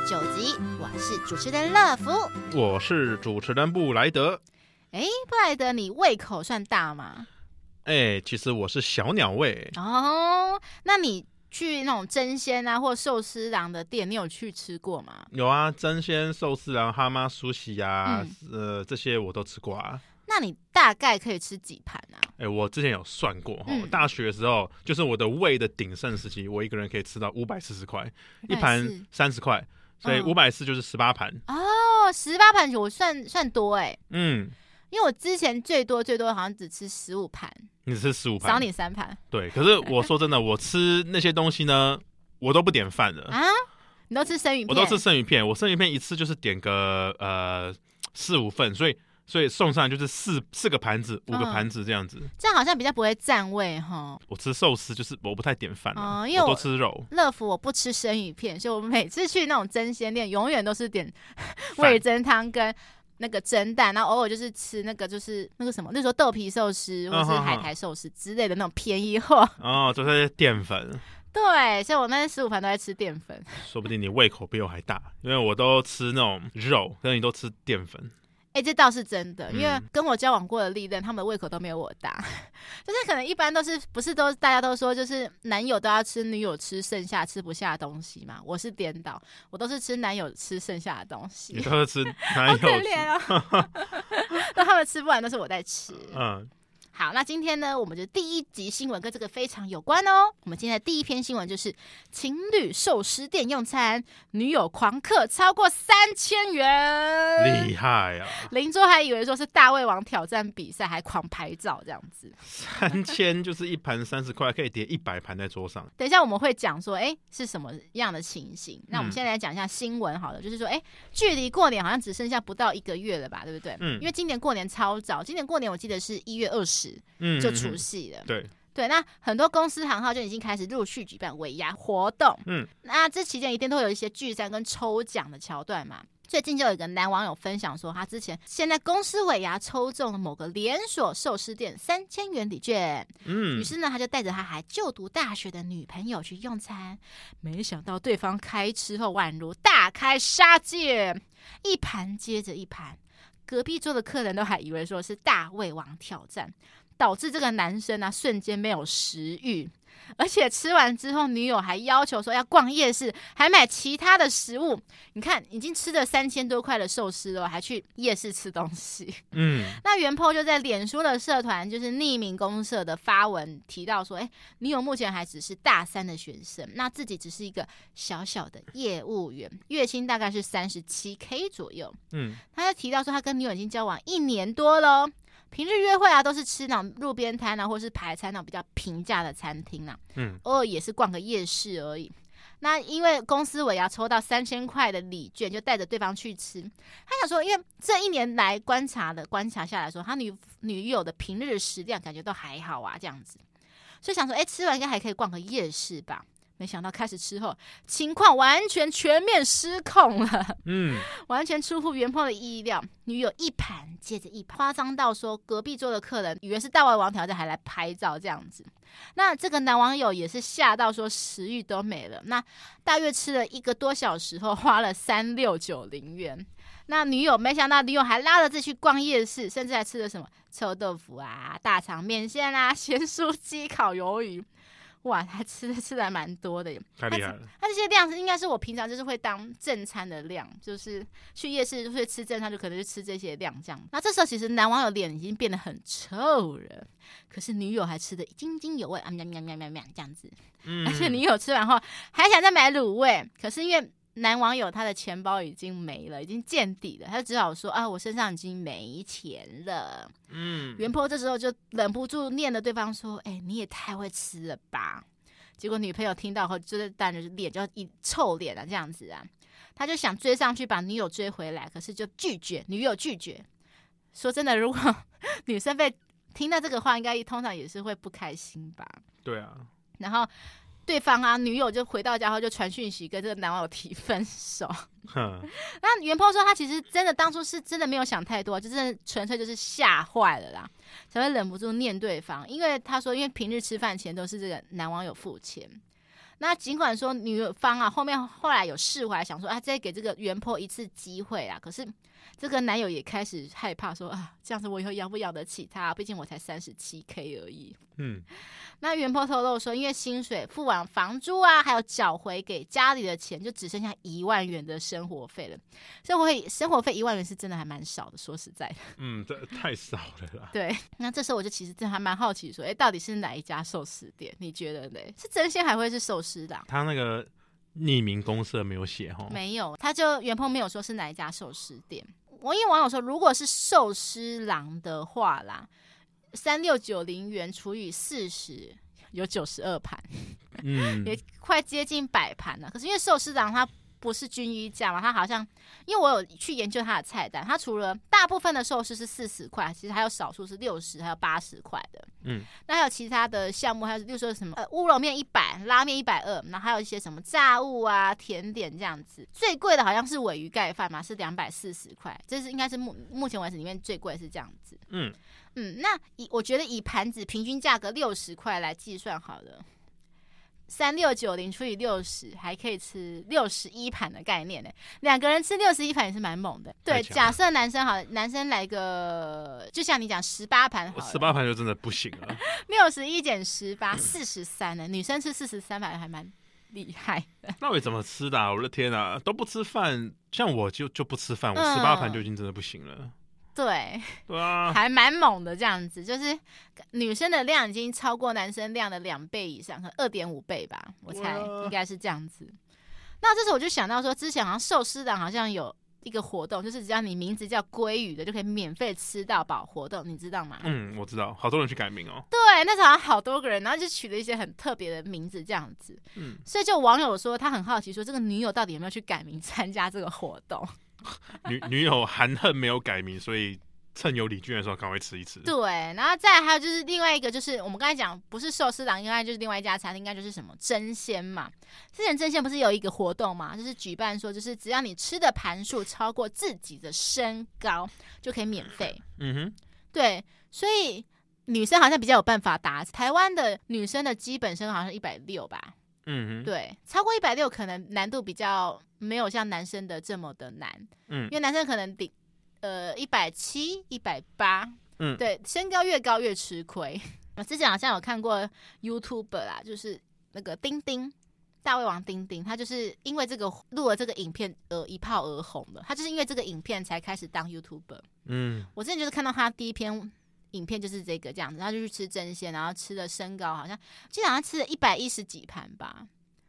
9集，我是主持人乐福， 我是主持人布莱德。 布莱德，你胃口算大吗？ 其实我是小鸟胃。 哦，那你去那种真鲜啊或寿司郎的店，你有去吃过吗？ 有啊，真鲜、寿司郎、哈妈苏喜啊，这些我都吃过啊。 那你大概可以吃几盘啊？ 我之前有算过，大学的时候就是我的胃的鼎盛時期，我一个人可以吃到540塊，一盘30塊，所以540就是18盤。 哦，18盤我算多因为我之前最多好像只吃15盤。 你吃15盤， 少你3盤。对， 可是我说真的，我吃那些东西呢，我都不点饭的啊。 你都吃生鱼片？ 我都吃生鱼片，我生鱼片一次就是点个4-5份，所以送上来就是四个盘子、5个盘子这样子。 这样好像比较不会占位哈。 我吃寿司就是我不太点饭因为我都吃肉。乐福我不吃生鱼片，所以我每次去那种真鲜店，永远都是点味噌汤跟那个蒸蛋，然后偶尔就是吃那个什么，那时候豆皮寿司或是海苔寿司之类的那种便宜货。 就是淀粉。 对，所以我那15盘都在吃淀粉。 说不定你胃口比我还大，因为我都吃那种肉，但你都吃淀粉。 这倒是真的，因为跟我交往过的历任，他们的胃口都没有我大。就是可能一般不是大家都说，就是男友都要吃女友吃剩下吃不下的东西嘛？我是颠倒，我都是吃男友吃剩下的东西。 你都是吃男友吃？好可怜哦。那他们吃不完都是我在吃。好，那今天呢，我们的第一集新闻跟这个非常有关哦。我们今天的第一篇新闻就是情侣寿司店用餐，女友狂客超过3000元， 厉害啊！ 邻桌还以为说是大胃王挑战比赛，还狂拍照这样子。 3000就是一盘30塊，可以叠100盘在桌上。 等一下我们会讲说，是什么样的情形？那我们现在来讲一下新闻好了，就是说，距离过年好像只剩下不到1个月了吧，对不对？因为今年过年超早，今年过年我记得是1月20。就除夕了。对，那很多公司行号就已经开始陆续举办尾牙活动。那这期间一定都会有一些聚餐跟抽奖的桥段嘛。最近就有一个男网友分享说，他之前现在公司尾牙抽中了某个连锁寿司店3000元礼券。于是呢，他就带着他还就读大学的女朋友去用餐，没想到对方开吃后宛如大开杀戒，一盘接着一盘。隔壁桌的客人都还以为说是大胃王挑战，导致这个男生瞬间没有食欲，而且吃完之后，女友还要求说要逛夜市，还买其他的食物。你看，已经吃了3000多塊的寿司了，还去夜市吃东西。那原 po 就在脸书的社团，就是匿名公社的发文提到说，女友目前还只是大3的学生，那自己只是一个小小的业务员，月薪大概是37K 左右。他就提到说，他跟女友已经交往1年多了。平日约会都是吃那种路边摊或是排餐那种比较平价的餐厅偶尔也是逛个夜市而已。那因为公司尾牙抽到3000塊的礼券，就带着对方去吃。他想说，因为这1年来观察下来说，他女友的平日食量感觉都还好这样子，所以想说，吃完应该还可以逛个夜市吧。没想到开始吃后，情况完全全面失控了。完全出乎原 po 的意料，女友一盘接着一盘，夸张到说隔壁桌的客人以为是大胃王挑战，还来拍照这样子。那这个男网友也是吓到说食欲都没了。那大约吃了1个多小时后，花了3690元。那女友没想到，女友还拉着自己去逛夜市，甚至还吃了什么臭豆腐大肠面线咸酥鸡、烤鱿鱼。哇，他吃的还蛮多的耶， 太厉害了。 他这些量应该是我平常就是会当正餐的量，就是去夜市就是吃正餐，就可能就吃这些量这样。那这时候其实男网友脸已经变得很臭了，可是女友还吃得津津有味喵喵喵喵喵这样子。而且女友吃完后还想再买卤味，可是因为男网友他的钱包已经没了，已经见底了，他就只好说我身上已经没钱了。原 po 这时候就忍不住念了对方说，你也太会吃了吧。结果女朋友听到后，就是当然脸就一臭脸这样子他就想追上去把女友追回来，可是就女友拒绝。说真的，如果女生被听到这个话，应该通常也是会不开心吧。 对啊。 然后对方女友就回到家后就传讯息跟这个男网友提分手。那原 po 说他其实真的当初是真的没有想太多，就真的纯粹就是吓坏了啦，才会忍不住念对方。因为他说因为平日吃饭钱都是这个男网友付钱。 那尽管说女方啊后来有释怀，想说再给这个原 po 一次机会啦，可是这个男友也开始害怕说这样子我以后养不养得起他？毕竟我才37K 而已。那原 po 透露说，因为薪水付完房租啊，还有缴回给家里的钱，就只剩下1万元的生活费了。生活费1万元是真的还蛮少的，说实在的。 这太少了啦。 对，那这时候我就其实真的还蛮好奇说，到底是哪一家寿司店？你觉得呢？是真鲜还会是寿司郎？ 他那个匿名公社没有写齁？ 没有，他就原 po 没有说是哪一家寿司店。因为网友说，如果是寿司郎的话啦，3690元除以40，有92盘，也快接近100盘了。可是因为寿司郎它不是均一价嘛，它好像因为我有去研究它的菜单，它除了大部分的寿司是40块，其实还有少数是60还有80块的。那还有其他的项目，还有例如说什么乌龙面100，拉面120，然后还有一些什么炸物啊、甜点这样子。最贵的好像是鲔鱼盖饭嘛，是240块，这是应该是目前为止里面最贵是这样子。那我觉得以盘子平均价格60块来计算好了。3690除以60，还可以吃61盘的概念呢。2个人吃61盘也是蛮猛的。对，假设男生来个，就像你讲18盘好了，18 盘就真的不行了。 61减18，43呢。女生吃43盘还蛮厉害的。 那我怎么吃的？我的天啊，都不吃饭，像我就不吃饭，我18盘就已经真的不行了。 对啊， 还蛮猛的，这样子就是女生的量已经超过男生量的2倍以上，可能2.5倍吧，我猜应该是这样子。那这时候我就想到说，之前好像寿司郎好像有一个活动，就是只要你名字叫鲑鱼的，就可以免费吃到饱活动，你知道吗？ 我知道，好多人去改名哦。 对，那时候好像好多个人，然后就取了一些很特别的名字这样子。所以就网友说他很好奇，说这个女友到底有没有去改名参加这个活动？ 女友含恨没有改名，所以趁有礼券的时候赶快吃一吃。 对，然后再来还有就是另外一个，就是我们刚才讲不是寿司郎，应该就是另外一家餐厅，应该就是什么真鲜嘛。之前真鲜不是有一个活动嘛，就是举办说，就是只要你吃的盘数超过自己的身高，就可以免费。对，所以女生好像比较有办法达。台湾的女生的基本身高好像160吧。对，超过160可能难度比较没有像男生的这么的难。因为男生可能170、180，对，身高越高越吃亏。我之前好像有看过 YouTuber 啦，就是那个丁丁，大胃王丁丁，他就是因为这个录了这个影片一炮而红的，他就是因为这个影片才开始当 YouTuber。我之前就是看到他第一篇影片就是这个这样子，他就去吃真鲜，然后吃的身高好像基本上吃了110几盘吧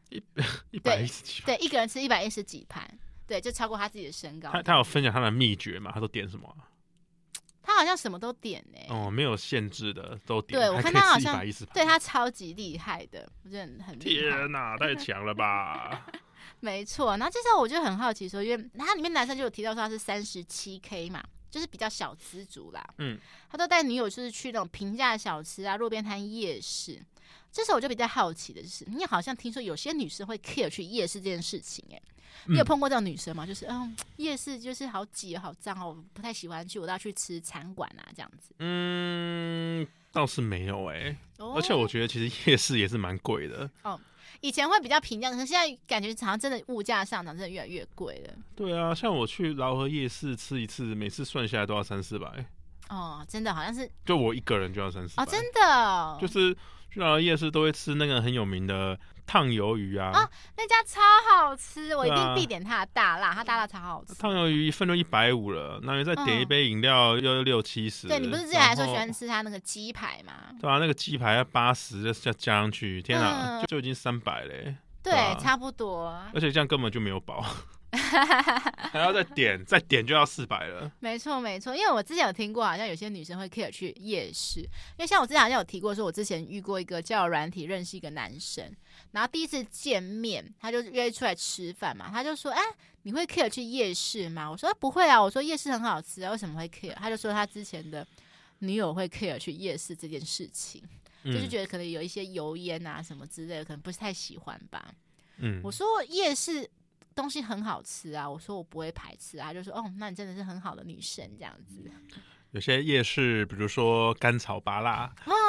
，110几盘， 对，一个人吃110几盘。对，就超过他自己的身高。 他有分享他的秘诀嘛？他都点什么？ 他好像什么都点没有限制的都点。 对，我看他好像 110盘， 对他超级厉害的，我觉得很厉害。 天哪，太强了吧！ 没错，然后这时候我就很好奇说，因为他里面男生就有提到说他是37K 嘛，就是比较小资族啦。他都带女友就是去那种平价小吃啊、路边摊、夜市。这时候我就比较好奇的就是，你好像听说有些女生会 care 去夜市这件事情你有碰过这种女生吗？就是夜市就是好挤好脏哦，我不太喜欢去，我都要去吃餐馆啊这样子。 倒是没有而且我觉得其实夜市也是蛮贵的。 以前会比较平价，可是现在感觉好像真的物价上涨，真的越来越贵了。 对啊，像我去劳合夜市吃一次，每次算下来都要300-400。 真的好像是， 就我一个人就要300-400。 真的就是去劳合夜市都会吃那个很有名的烫鱿鱼啊， 那家超好吃，我一定必点它的大辣，它大辣超好吃。 烫鱿鱼一份就150了，那你再点一杯饮料又60-70。 对，你不是之前还说喜欢吃它那个鸡排吗？ 对啊，那个鸡排要80再加上去，天哪，就已经300嘞。 对，差不多。 而且这样根本就没有饱。还要再点就要400了。 没错没错，因为我之前有听过，好像有些女生会 care 去夜市，因为像我之前好像有提过，说我之前遇过一个交友软体认识一个男生，然后第一次见面他就约出来吃饭嘛，他就说你会 care 去夜市吗？我说不会啊，我说夜市很好吃啊，为什么会 care？ 他就说他之前的女友会 care 去夜市这件事情，就是觉得可能有一些油烟啊什么之类的，可能不是太喜欢吧。我说夜市东西很好吃啊，我说我不会排斥啊，他就说那你真的是很好的女生这样子。 有些夜市，比如说甘草芭乐，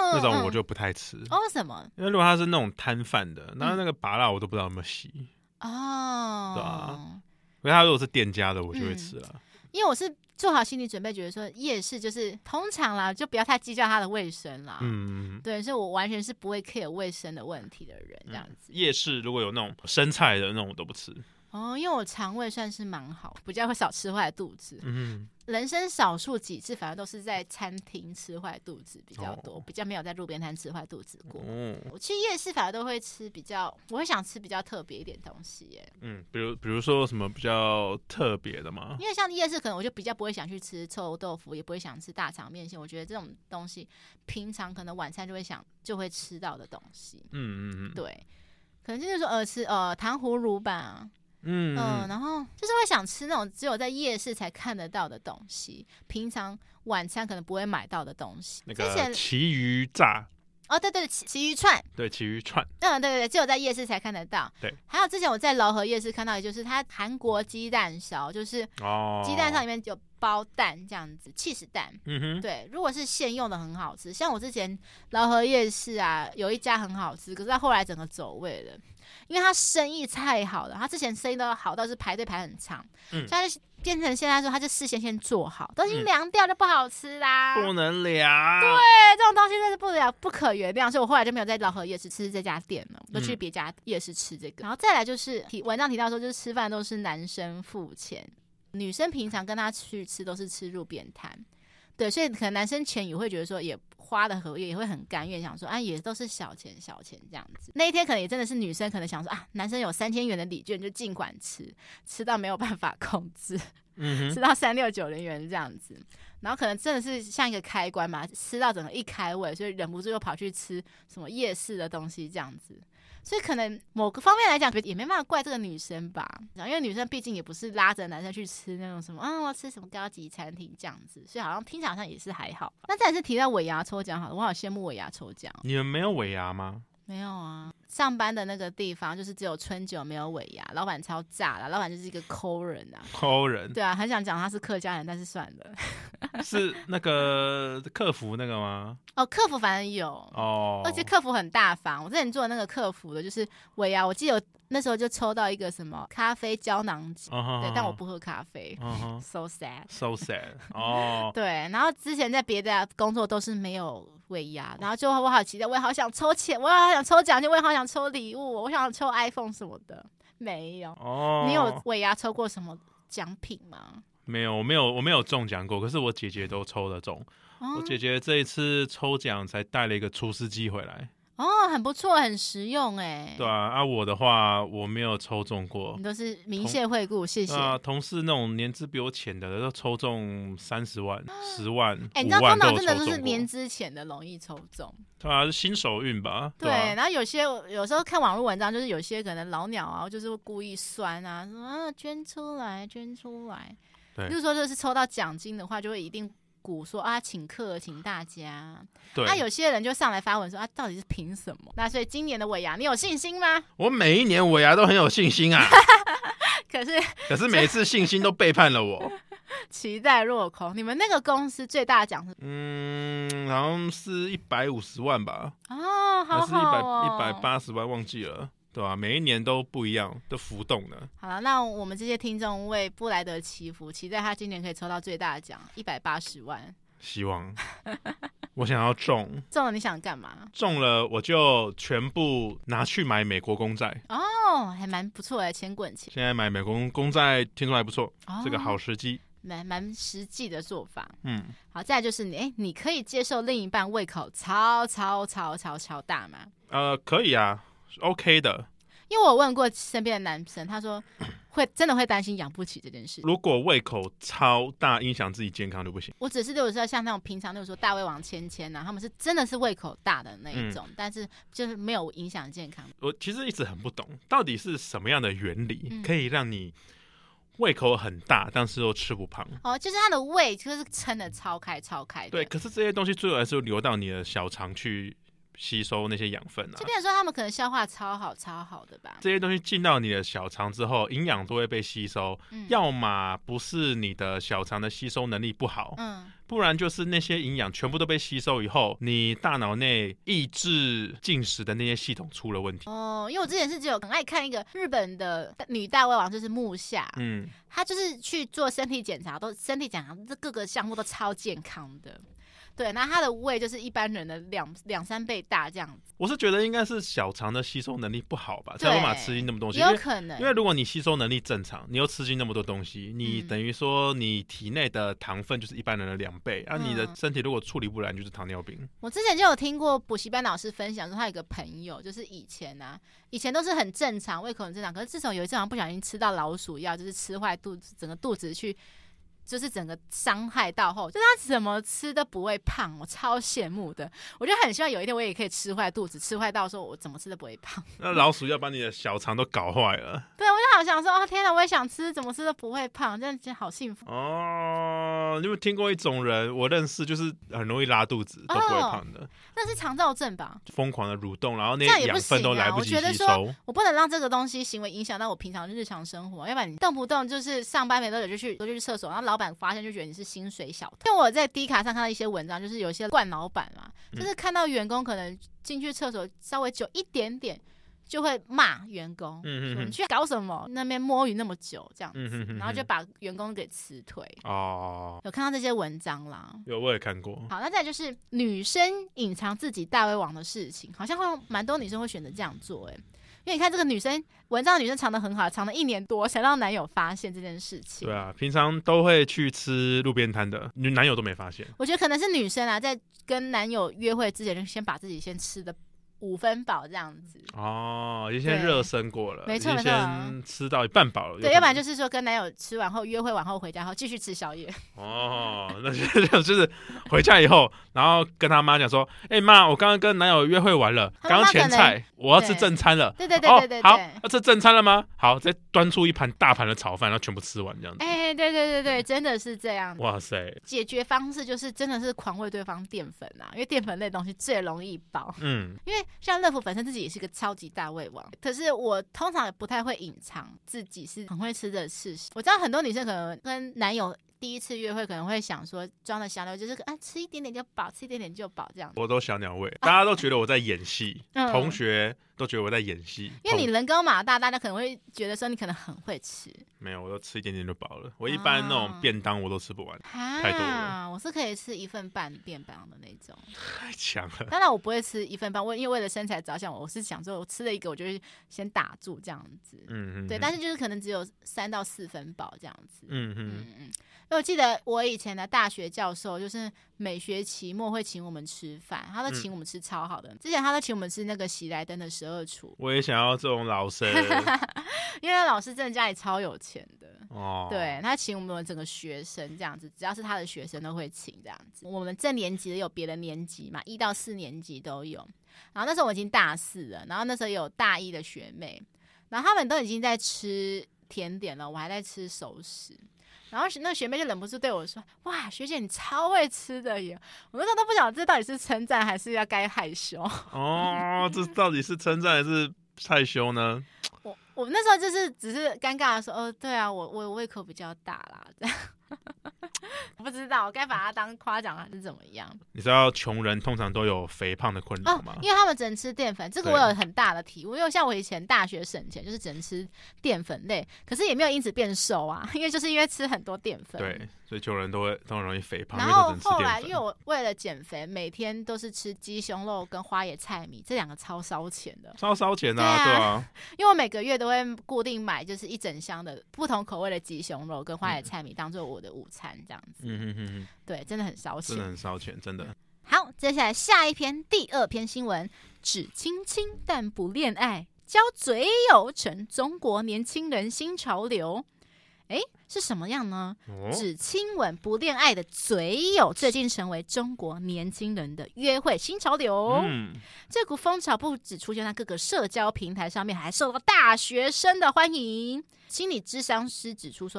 那种我就不太吃。 为什么？ 因为如果他是那种摊贩的，那那个芭乐我都不知道有没有洗。对啊，因为他如果是店家的，我就会吃了。 因为我是做好心理准备，觉得说夜市就是通常啦，就不要太计较它的卫生啦。对，所以我完全是不会 care 卫生的问题的人，这样子。 夜市如果有那种生菜的那种，我都不吃。 因为我肠胃算是蛮好，比较会少吃坏肚子。人生少数几次，反而都是在餐厅吃坏肚子比较多，比较没有在路边摊吃坏肚子过。我去夜市反而都会吃我会想吃比较特别一点东西耶。 比如说什么比较特别的吗？ 因为像夜市，可能我就比较不会想去吃臭豆腐，也不会想吃大肠面线。我觉得这种东西，平常可能晚餐就会吃到的东西。对，可能就是说吃糖葫芦吧。然后就是会想吃那种只有在夜市才看得到的东西，平常晚餐可能不会买到的东西。 那个旗鱼炸。 对，旗鱼串。 对，旗鱼串。 对，只有在夜市才看得到。 对。 还有之前我在劳合夜市看到的就是它韩国鸡蛋烧，就是鸡蛋上里面有包蛋这样子，起司蛋。对，如果是现用的很好吃。像我之前劳合夜市啊，有一家很好吃，可是它后来整个走位了。因为他生意太好了，他之前生意都好到是排队排很长，所以他就变成现在说他就事先做好，都已经凉掉就不好吃啦， 不能凉。 对，这种东西真是不可原谅，所以我后来就没有在老河夜市吃这家店了，我都去别家夜市吃这个。然后再来就是文章提到说，就是吃饭都是男生付钱，女生平常跟他去吃都是吃路边摊。对，所以可能男生钱也会觉得说也花的合约也会很甘愿，想说也都是小钱这样子。那一天可能也真的是女生可能想说男生有3000元的礼券就尽管吃到没有办法控制，吃到369元这样子。然后可能真的是像一个开关嘛，吃到整个一开胃，所以忍不住又跑去吃什么夜市的东西这样子。所以可能某个方面来讲也没办法怪这个女生吧，因为女生毕竟也不是拉着男生去吃那种什么我吃什么高级餐厅这样子，所以好像听起来好像也是还好。那再来是提到尾牙抽奖好了，我好羡慕尾牙抽奖。 你们没有尾牙吗？ 没有啊，上班的那个地方就是只有春酒没有尾牙，老板超炸了，老板就是一个抠人啊。 抠人。对啊，很想讲他是客家人，但是算了。 是那个客服那个吗？ 客服反正有而且客服很大方。我之前做的那个客服的，就是尾牙，我记得我那时候就抽到一个什么咖啡胶囊机，对，但我不喝咖啡，so sad。对，然后之前在别的工作都是没有尾牙，然后就我好期待，我也好想抽钱，我也好想抽奖金，我也好想抽礼物，我想抽 iPhone 什么的，没有。你有尾牙抽过什么奖品吗？ 没有，我没有中奖过，可是我姐姐都抽得中。我姐姐这一次抽奖才带了一个厨师机回来。 很不错，很实用哎。 对啊，我的话我没有抽中过。 你都是明谢惠顾，谢谢。 同事那种年资比我浅的都抽中30万、10万、5万， 你知道通常真的都是年资浅的容易抽中。 对啊，是新手运吧？ 对，然后有时候看网络文章，就是有些可能老鸟啊，就是会故意酸啊，说捐出来。对，例如说就是抽到奖金的话，就会一定鼓说请客，请大家。对，有些人就上来发文说到底是凭什么？那所以今年的尾牙，你有信心吗？ 我每一年尾牙都很有信心啊， 可是每次信心都背叛了我，期待落空。你们那个公司最大的奖是？ 好像是150万吧？ 好好哦， 还是180万，忘记了。对啊，每一年都不一样，都浮动的。 好了，那我们这些听众为布莱德祈福，期待他今年可以抽到最大的奖，180万。 希望。我想要中了，你想干嘛？ 中了我就全部拿去买美国公债。 还蛮不错的，钱滚钱。 现在买美国公债听说还不错，是个好时机。 蛮实际的做法。好，再来就是你可以接受另一半胃口超大吗？ 可以啊。OK 的， 因为我问过身边的男生，他说真的会担心养不起这件事。 如果胃口超大，影响自己健康就不行。 我只是有时候像那种平常，说大胃王芊啊，他们是真的是胃口大的那一种，但是就是没有影响健康。 我其实一直很不懂，到底是什么样的原理可以让你胃口很大，但是又吃不胖？ 就是他的胃就是撑得超开。 对，可是这些东西最后还是流到你的小肠去吸收那些养分啊。 就变成说他们可能消化超好的吧。 这些东西进到你的小肠之后，营养都会被吸收。要么不是你的小肠的吸收能力不好，不然就是那些营养全部都被吸收以后，你大脑内抑制进食的那些系统出了问题。 因为我之前是只有很爱看一个日本的女大胃王，就是木下，她就是去做身体检查，这各个项目都超健康的。对，那他的胃就是一般人的两三倍大这样子。 我是觉得应该是小肠的吸收能力不好吧，才有办法吃进那么多东西。 也有可能， 因为如果你吸收能力正常，你又吃进那么多东西，你等于说你体内的糖分就是一般人的2倍，你的身体如果处理不来，就是糖尿病。 我之前就有听过补习班老师分享说，他有个朋友就是以前都是很正常，胃口很正常，可是自从有一次好像不小心吃到老鼠药，就是吃坏肚子，整个肚子去。就是整个伤害到后，就是他怎么吃都不会胖，我超羡慕的。我就很希望有一天我也可以吃坏肚子，吃坏到说我怎么吃都不会胖。 那老鼠要把你的小肠都搞坏了。 对，我就好想说，天哪，我也想吃，怎么吃都不会胖，这样子好幸福。 你有没有听过一种人？我认识，就是很容易拉肚子，都不会胖的。 那是肠躁症吧？ 疯狂的蠕动，然后那些养分都来不及吸收。 我觉得说，我不能让这个东西行为影响到我平常日常生活，要不然你动不动就是上班没多久就去厕所，然后老板发现就觉得你是薪水小偷。因为我在 D 卡上看到一些文章，就是有一些惯老板嘛，就是看到员工可能进去厕所稍微久一点点，就会骂员工，说你去搞什么？那边摸鱼那么久这样子，然后就把员工给辞退。有看到这些文章啦？ 有，我也看过。 好，那再来就是女生隐藏自己大胃王的事情，好像会蛮多女生会选择这样做，因为你看这个女生文章的女生藏得很好，藏了1年多才让男友发现这件事情。 对啊，平常都会去吃路边摊的，男友都没发现。 我觉得可能是女生在跟男友约会之前就先把自己先吃的5分饱这样子。 已经先热身过了， 没错， 先吃到一半饱了。 对，要不然就是说跟男友吃完后约会完后回家后继续吃宵夜。 那就是回家以后，然后跟他妈讲说：“妈，我刚刚跟男友约会完了，刚刚前菜我要吃正餐了。” 对， 好，要吃正餐了吗？好，再端出一盘大盘的炒饭，然后全部吃完这样子。 对，真的是这样。 哇塞！ 解决方式就是真的是狂喂对方淀粉因为淀粉类的东西最容易饱。因为像乐福本身自己也是个超级大胃王，可是我通常也不太会隐藏自己是很会吃的事实。我知道很多女生可能跟男友第一次约会可能会想说装的小鸟就是吃一点点就饱，吃一点点就饱这样。 我都小鸟胃，大家都觉得我在演戏，同学都觉得我在演戏， 因为你人高马大，大家可能会觉得说你可能很会吃。 没有，我都吃一点点就饱了。我一般那种便当我都吃不完，太多了。 我是可以吃1份半便当的那种， 太强了。 当然我不会吃1份半，因为为了身材着想，我是想说我吃了一个我就会先打住这样子。对，但是就是可能只有3到4分饱这样子。因为我记得我以前的大学教授，就是每学期末会请我们吃饭，他都请我们吃超好的。之前他都请我们吃那个喜来登的12厨。 我也想要这种老师， 因为老师真的家里超有钱的。对，他请我们整个学生这样子，只要是他的学生都会请这样子。我们正年级的有别的年级嘛，1到4年级都有。然后那时候我已经大4了，然后那时候有大1的学妹，然后他们都已经在吃甜点了，我还在吃熟食。然后那学妹就忍不住对我说：“哇，学姐你超会吃的耶！”我那时候都不晓得这到底是称赞还是要该害羞。 这到底是称赞还是害羞呢？ 我那时候就是只是尴尬的说：“对啊，我胃口比较大啦。”这样。我不知道我该把它当夸奖还是怎么样。 你知道穷人通常都有肥胖的困扰吗？ 因为他们只能吃淀粉，这个我有很大的体悟。因为像我以前大学省钱就是只能吃淀粉类，可是也没有因此变瘦啊，因为吃很多淀粉。 对，所以穷人都很容易肥胖。 然后后来因为我为了减肥，每天都是吃鸡胸肉跟花椰菜米，这2个超烧钱的。 超烧钱啊，对啊。 因为我每个月都会固定买，就是1整箱的不同口味的鸡胸肉跟花椰菜米当做我的午餐这样子。对，真的很烧钱， 真的很烧钱，真的。 好，接下来下一篇第2篇新闻，只亲亲但不恋爱，交嘴友成中国年轻人新潮流。是什么样呢？只亲吻不恋爱的嘴友最近成为中国年轻人的约会新潮流。这股风潮不只出现在各个社交平台上面，还受到大学生的欢迎。心理咨商师指出说，因为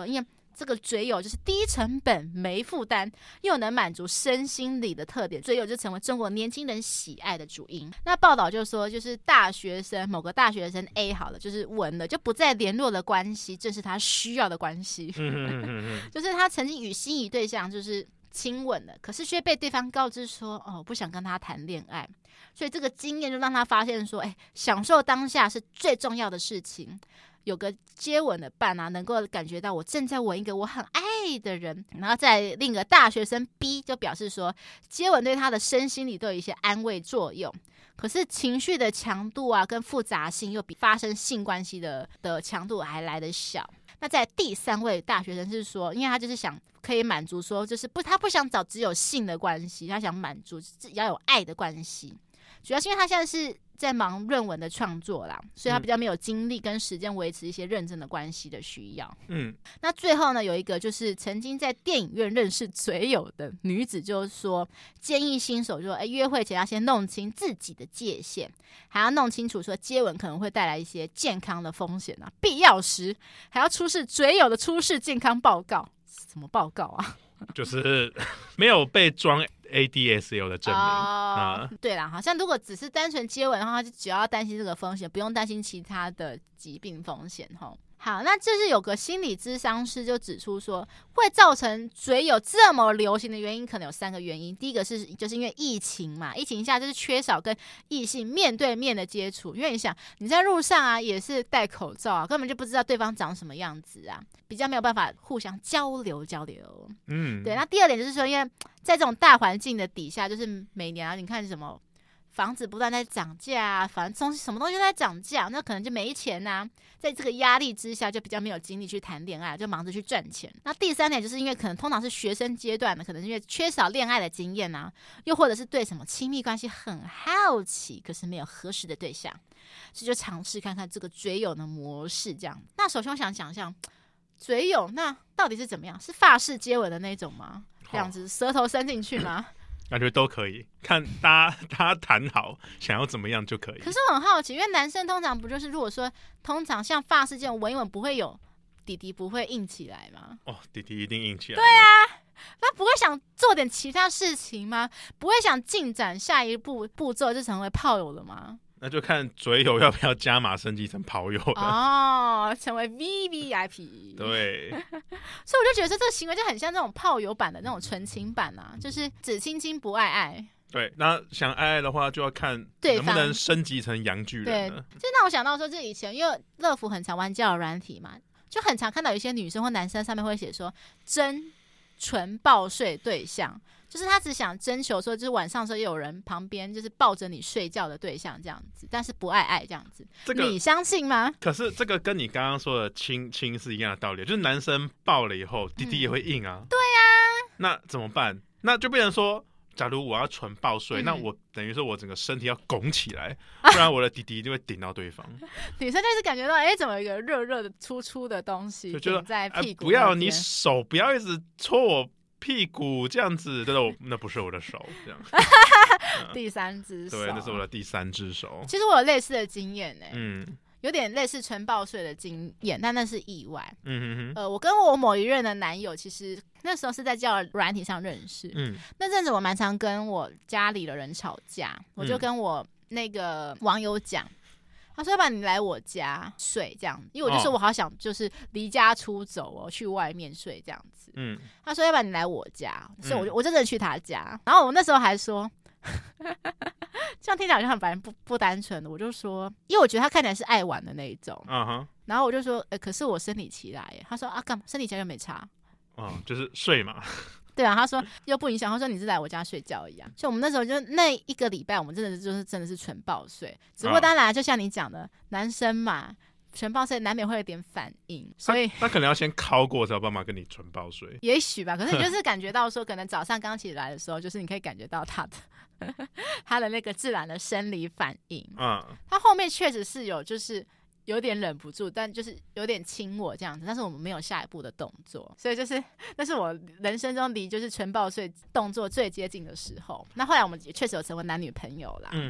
这个嘴友就是低成本没负担，又能满足身心理的特点，嘴友就成为中国年轻人喜爱的主因。那报道就说，就是某个大学生 A 好了，就是稳了就不再联络的关系，正是他需要的关系。就是他曾经与心仪对象就是亲吻了，可是却被对方告知说不想跟他谈恋爱，所以这个经验就让他发现说，享受当下是最重要的事情。有个接吻的伴啊，能够感觉到我正在吻一个我很爱的人。然后在另一个大学生 B 就表示说，接吻对他的身心里都有一些安慰作用，可是情绪的强度啊跟复杂性又比发生性关系的强度还来得小。那在第3位大学生是说，因为他就是想可以满足说，就是他不想找只有性的关系，他想满足要有爱的关系。主要是因为他现在是在忙论文的创作啦，所以他比较没有精力跟时间维持一些认真的关系的需要。那最后呢，有一个就是曾经在电影院认识嘴友的女子，就是说建议新手说，约会前要先弄清自己的界限，还要弄清楚说接吻可能会带来一些健康的风险啊，必要时还要出示嘴友的出示健康报告。什么报告啊？ 就是没有被装 ADSL 的证明。 对啦，好像如果只是单纯接吻的话，就只要担心这个风险，不用担心其他的疾病风险。好，那这是有个心理咨商师就指出说，会造成嘴友这么流行的原因可能有3个原因。第一个就是因为疫情嘛，疫情下就是缺少跟异性面对面的接触，因为你想你在路上啊也是戴口罩啊，根本就不知道对方长什么样子啊，比较没有办法互相交流。对。那第2点就是说，因为在这种大环境的底下，就是每年啊，你看什么房子不断在涨价啊，反正什么东西都在涨价，那可能就没钱啊，在这个压力之下就比较没有精力去谈恋爱，就忙着去赚钱。那第3点就是因为可能通常是学生阶段的，可能因为缺少恋爱的经验啊，又或者是对什么亲密关系很好奇，可是没有合适的对象，所以就尝试看看这个嘴友的模式这样。那首先我想讲一下嘴友那到底是怎么样，是法式接吻的那种吗？这样子舌头伸进去吗？ 感觉都可以，看大家谈好想要怎么样就可以。 可是我很好奇，因为男生通常不就是如果说通常像法式这种吻一吻不会有弟弟不会硬起来吗？ 弟弟一定硬起来。 对啊，他不会想做点其他事情吗？不会想进展下一步骤就成为炮友了吗？ 那就看嘴友要不要加码升级成炮友了成为 VVIP。 对， 所以我就觉得这个行为就很像那种炮友版的那种纯情版啊，就是只亲亲不爱爱。 对，那想爱爱的话就要看能不能升级成洋巨人了。 对，就让我想到说，这以前因为乐福很常玩交友软体嘛，就很常看到有一些女生或男生上面会写说真纯报税对象。就是他只想征求说，就是晚上的时候有人旁边就是抱着你睡觉的对象这样子，但是不爱爱这样子，你相信吗？ 可是这个跟你刚刚说的亲是一样的道理，就是男生抱了以后，弟弟也会硬啊。 对啊， 那怎么办？那就变成说，假如我要纯抱睡，那我等于说我整个身体要拱起来，不然我的弟弟就会顶到对方。 女生就是感觉到，怎么有一个热热的粗的东西顶在屁股？ 不要你手不要一直戳我屁股这样子，那不是我的手，这样。 第3只手， 对，那是我的第3只手。 其实我有类似的经验有点类似纯报税的经验，但那是意外。我跟我某一任的男友，其实那时候是在交友软体上认识。那阵子我蛮常跟我家里的人吵架，我就跟我那个网友讲。他说：“要不然你来我家睡这样，因为我就说我好想就是离家出走去外面睡这样子。他说：“要不然你来我家。”所以我就真的去他家。然后我那时候还说，这样听起来好像很不单纯的。我就说，因为我觉得他看起来是爱玩的那一种。然后我就说，可是我生理期来耶。他说干嘛？生理期来又没差。 就是睡嘛。 对啊，他说又不影响，他说你是来我家睡觉一样。所以我们那时候就那1个礼拜，我们真的是纯抱睡。只不过当然就像你讲的，男生嘛，纯抱睡难免会有点反应，所以他可能要先敲过才有办法跟你纯抱睡。 也许吧，可是你就是感觉到说，可能早上刚起来的时候，就是你可以感觉到他的那个自然的生理反应。他后面确实是有就是有点忍不住，但就是有点亲我这样子，但是我们没有下一步的动作，所以就是那是我人生中离就是纯抱睡动作最接近的时候。那后来我们也确实有成为男女朋友啦。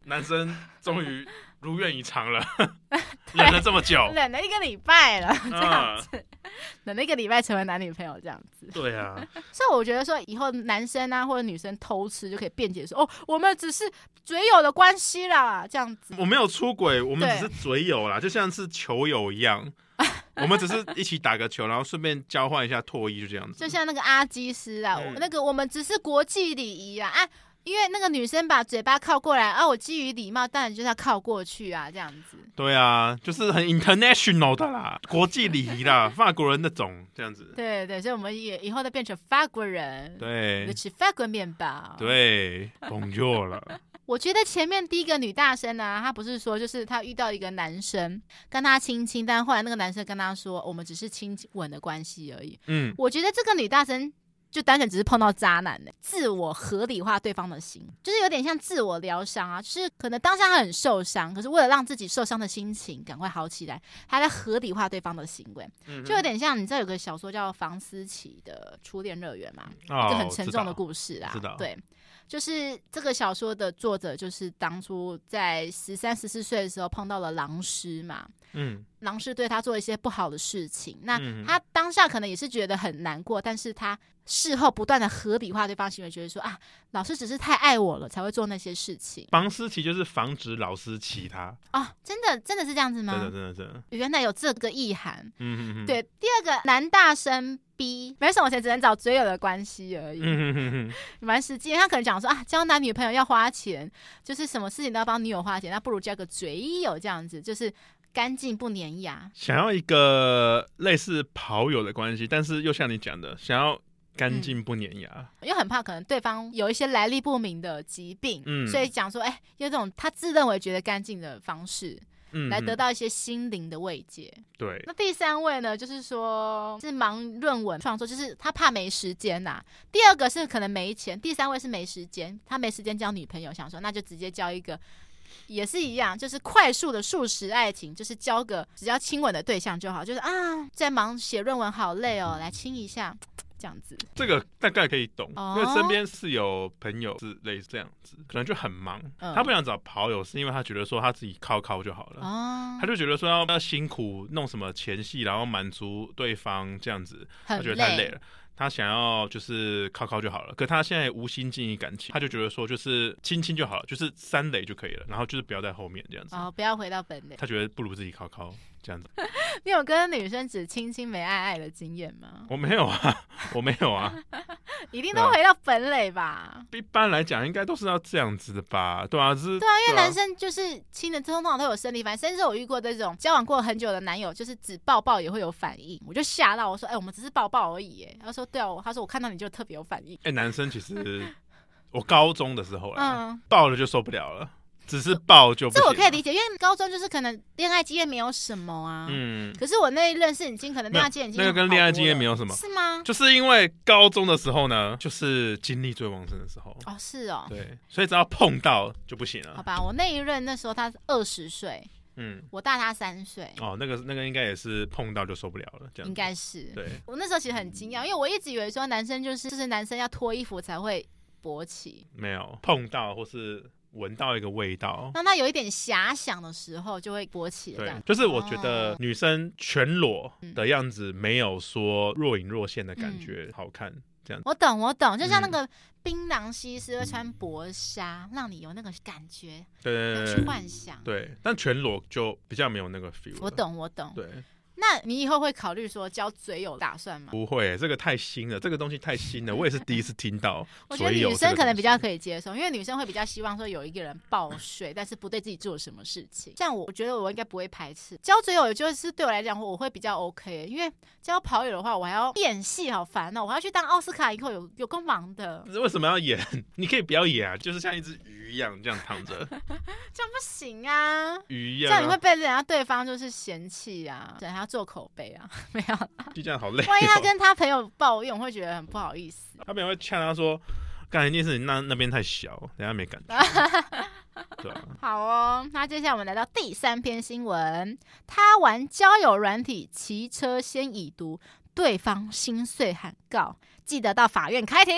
男生终于如愿以偿了，忍了这么久， 忍了1个礼拜了，这样子，忍了1个礼拜成为男女朋友这样子。 对啊， 所以我觉得说以后男生啊或者女生偷吃就可以辩解说，我们只是嘴友的关系啦，这样子。 我没有出轨，我们只是嘴友啦，就像是球友一样。我们只是一起打个球，然后顺便交换一下唾液，就这样子。 就像那个阿基斯啊，那个我们只是国际礼仪啊，因为那个女生把嘴巴靠过来啊，我基于礼貌，当然就是要靠过去啊，这样子。 对啊，就是很 international 的啦，国际礼仪啦，法国人那种这样子。 对对，所以我们也以后都变成法国人， 对， 就吃法国面包。 对，Bonjour 了。 我觉得前面第一个女大生啊，她不是说就是她遇到一个男生跟她亲亲，但后来那个男生跟她说，我们只是亲吻的关系而已。我觉得这个女大生就单纯只是碰到渣男的，自我合理化对方的心，就是有点像自我疗伤啊，就是可能当下他很受伤，可是为了让自己受伤的心情赶快好起来，他在合理化对方的行为，就有点像你知道有个小说叫房思琪的初恋乐园嘛，一个很沉重的故事啊，对。就是这个小说的作者，就是当初在13、14岁的时候碰到了狼师嘛，狼师对他做一些不好的事情，那他当下可能也是觉得很难过，但是他事后不断的合理化对方行为，觉得说啊，老师只是太爱我了才会做那些事情。 房思琪就是防止老师骑他真的是这样子吗？ 真的原来有这个意涵。对，第二个男大生 B 没什么钱，只能找嘴友的关系而已，蛮实际。他可能讲说啊，交男女朋友要花钱，就是什么事情都要帮女友花钱，那不如交个嘴友这样子，就是干净不粘牙。 想要一个类似跑友的关系，但是又像你讲的，想要干净不粘牙， 因为很怕可能对方有一些来历不明的疾病，所以讲说，用这种他自认为觉得干净的方式，来得到一些心灵的慰藉。 对， 那第3位呢，就是说是忙论文创作，就是他怕没时间呐。第2个是可能没钱，第3位是没时间，他没时间交女朋友，想说那就直接交一个。也是一样，就是快速的速食爱情，就是交个只要亲吻的对象就好，就是在忙写论文好累哦，来亲一下。这样子， 这个大概可以懂，因为身边是有朋友是类似这样子，可能就很忙，他不想找跑友，是因为他觉得说他自己靠就好了，他就觉得说要辛苦弄什么前戏，然后满足对方这样子，他觉得太累了。他想要就是靠就好了，可他现在无心经营感情，他就觉得说就是亲亲就好了，就是3垒就可以了，然后就是不要在后面这样子， 不要回到本垒。 他觉得不如自己靠这样子。 你有跟女生只亲亲没爱的经验吗？ 我没有啊， 一定都回到本垒吧？ 一般来讲，应该都是要这样子的吧？对啊，因为男生就是亲的通常都有生理反应，甚至我遇过这种交往过很久的男友，就是只抱抱也会有反应，我就吓到，我说，我们只是抱抱而已，他说对啊，他说我看到你就特别有反应。 男生其实我高中的时候抱了就受不了了。只是抱就不行， 这我可以理解，因为高中就是可能恋爱经验没有什么啊。可是我那一任是已经可能恋爱经验那个跟恋爱经验没有什么， 是吗？ 就是因为高中的时候呢，就是精力最旺盛的时候。 是哦。对， 所以只要碰到就不行了。 好吧，我那一任那时候他20岁，我大他3岁。 那个应该也是碰到就受不了了，这样应该是。 对， 我那时候其实很惊讶，因为我一直以为说男生就是男生要脱衣服才会勃起， 没有碰到或是闻到一个味道， 让他有一点遐想的时候就会勃起了。 对，就是我觉得女生全裸的样子没有说若隐若现的感觉好看，这样。 我懂，就像那个槟榔西施会穿薄纱，让你有那个感觉， 对， 去幻想。 对，但全裸就比较没有那个 feel。 我懂。 对。 那你以后会考虑说交嘴友打算吗？ 不会，这个太新了，这个东西太新了，我也是第一次听到。 我觉得女生可能比较可以接受，因为女生会比较希望说有一个人抱睡，但是不对自己做什么事情。像我觉得我应该不会排斥交嘴友，就是对我来讲我会比较 OK， 因为交跑友的话，我还要演戏，好烦哦！我要去当奥斯卡以后有够忙的。 为什么要演？你可以不要演啊，就是像一只鱼一样这样躺着，这样不行啊， 鱼一样， 这样你会被人家对方就是嫌弃啊，等他做口碑啊，没有啦， 就这样好累。 万一他跟他朋友抱怨，会觉得很不好意思。 他朋友会呛他说：“刚才一定是你那边太小，等下没感觉。”对啊。 好哦，那接下来我们来到第3篇新闻。他玩交友软体，骑车先已读，对方心碎喊告，记得到法院开庭。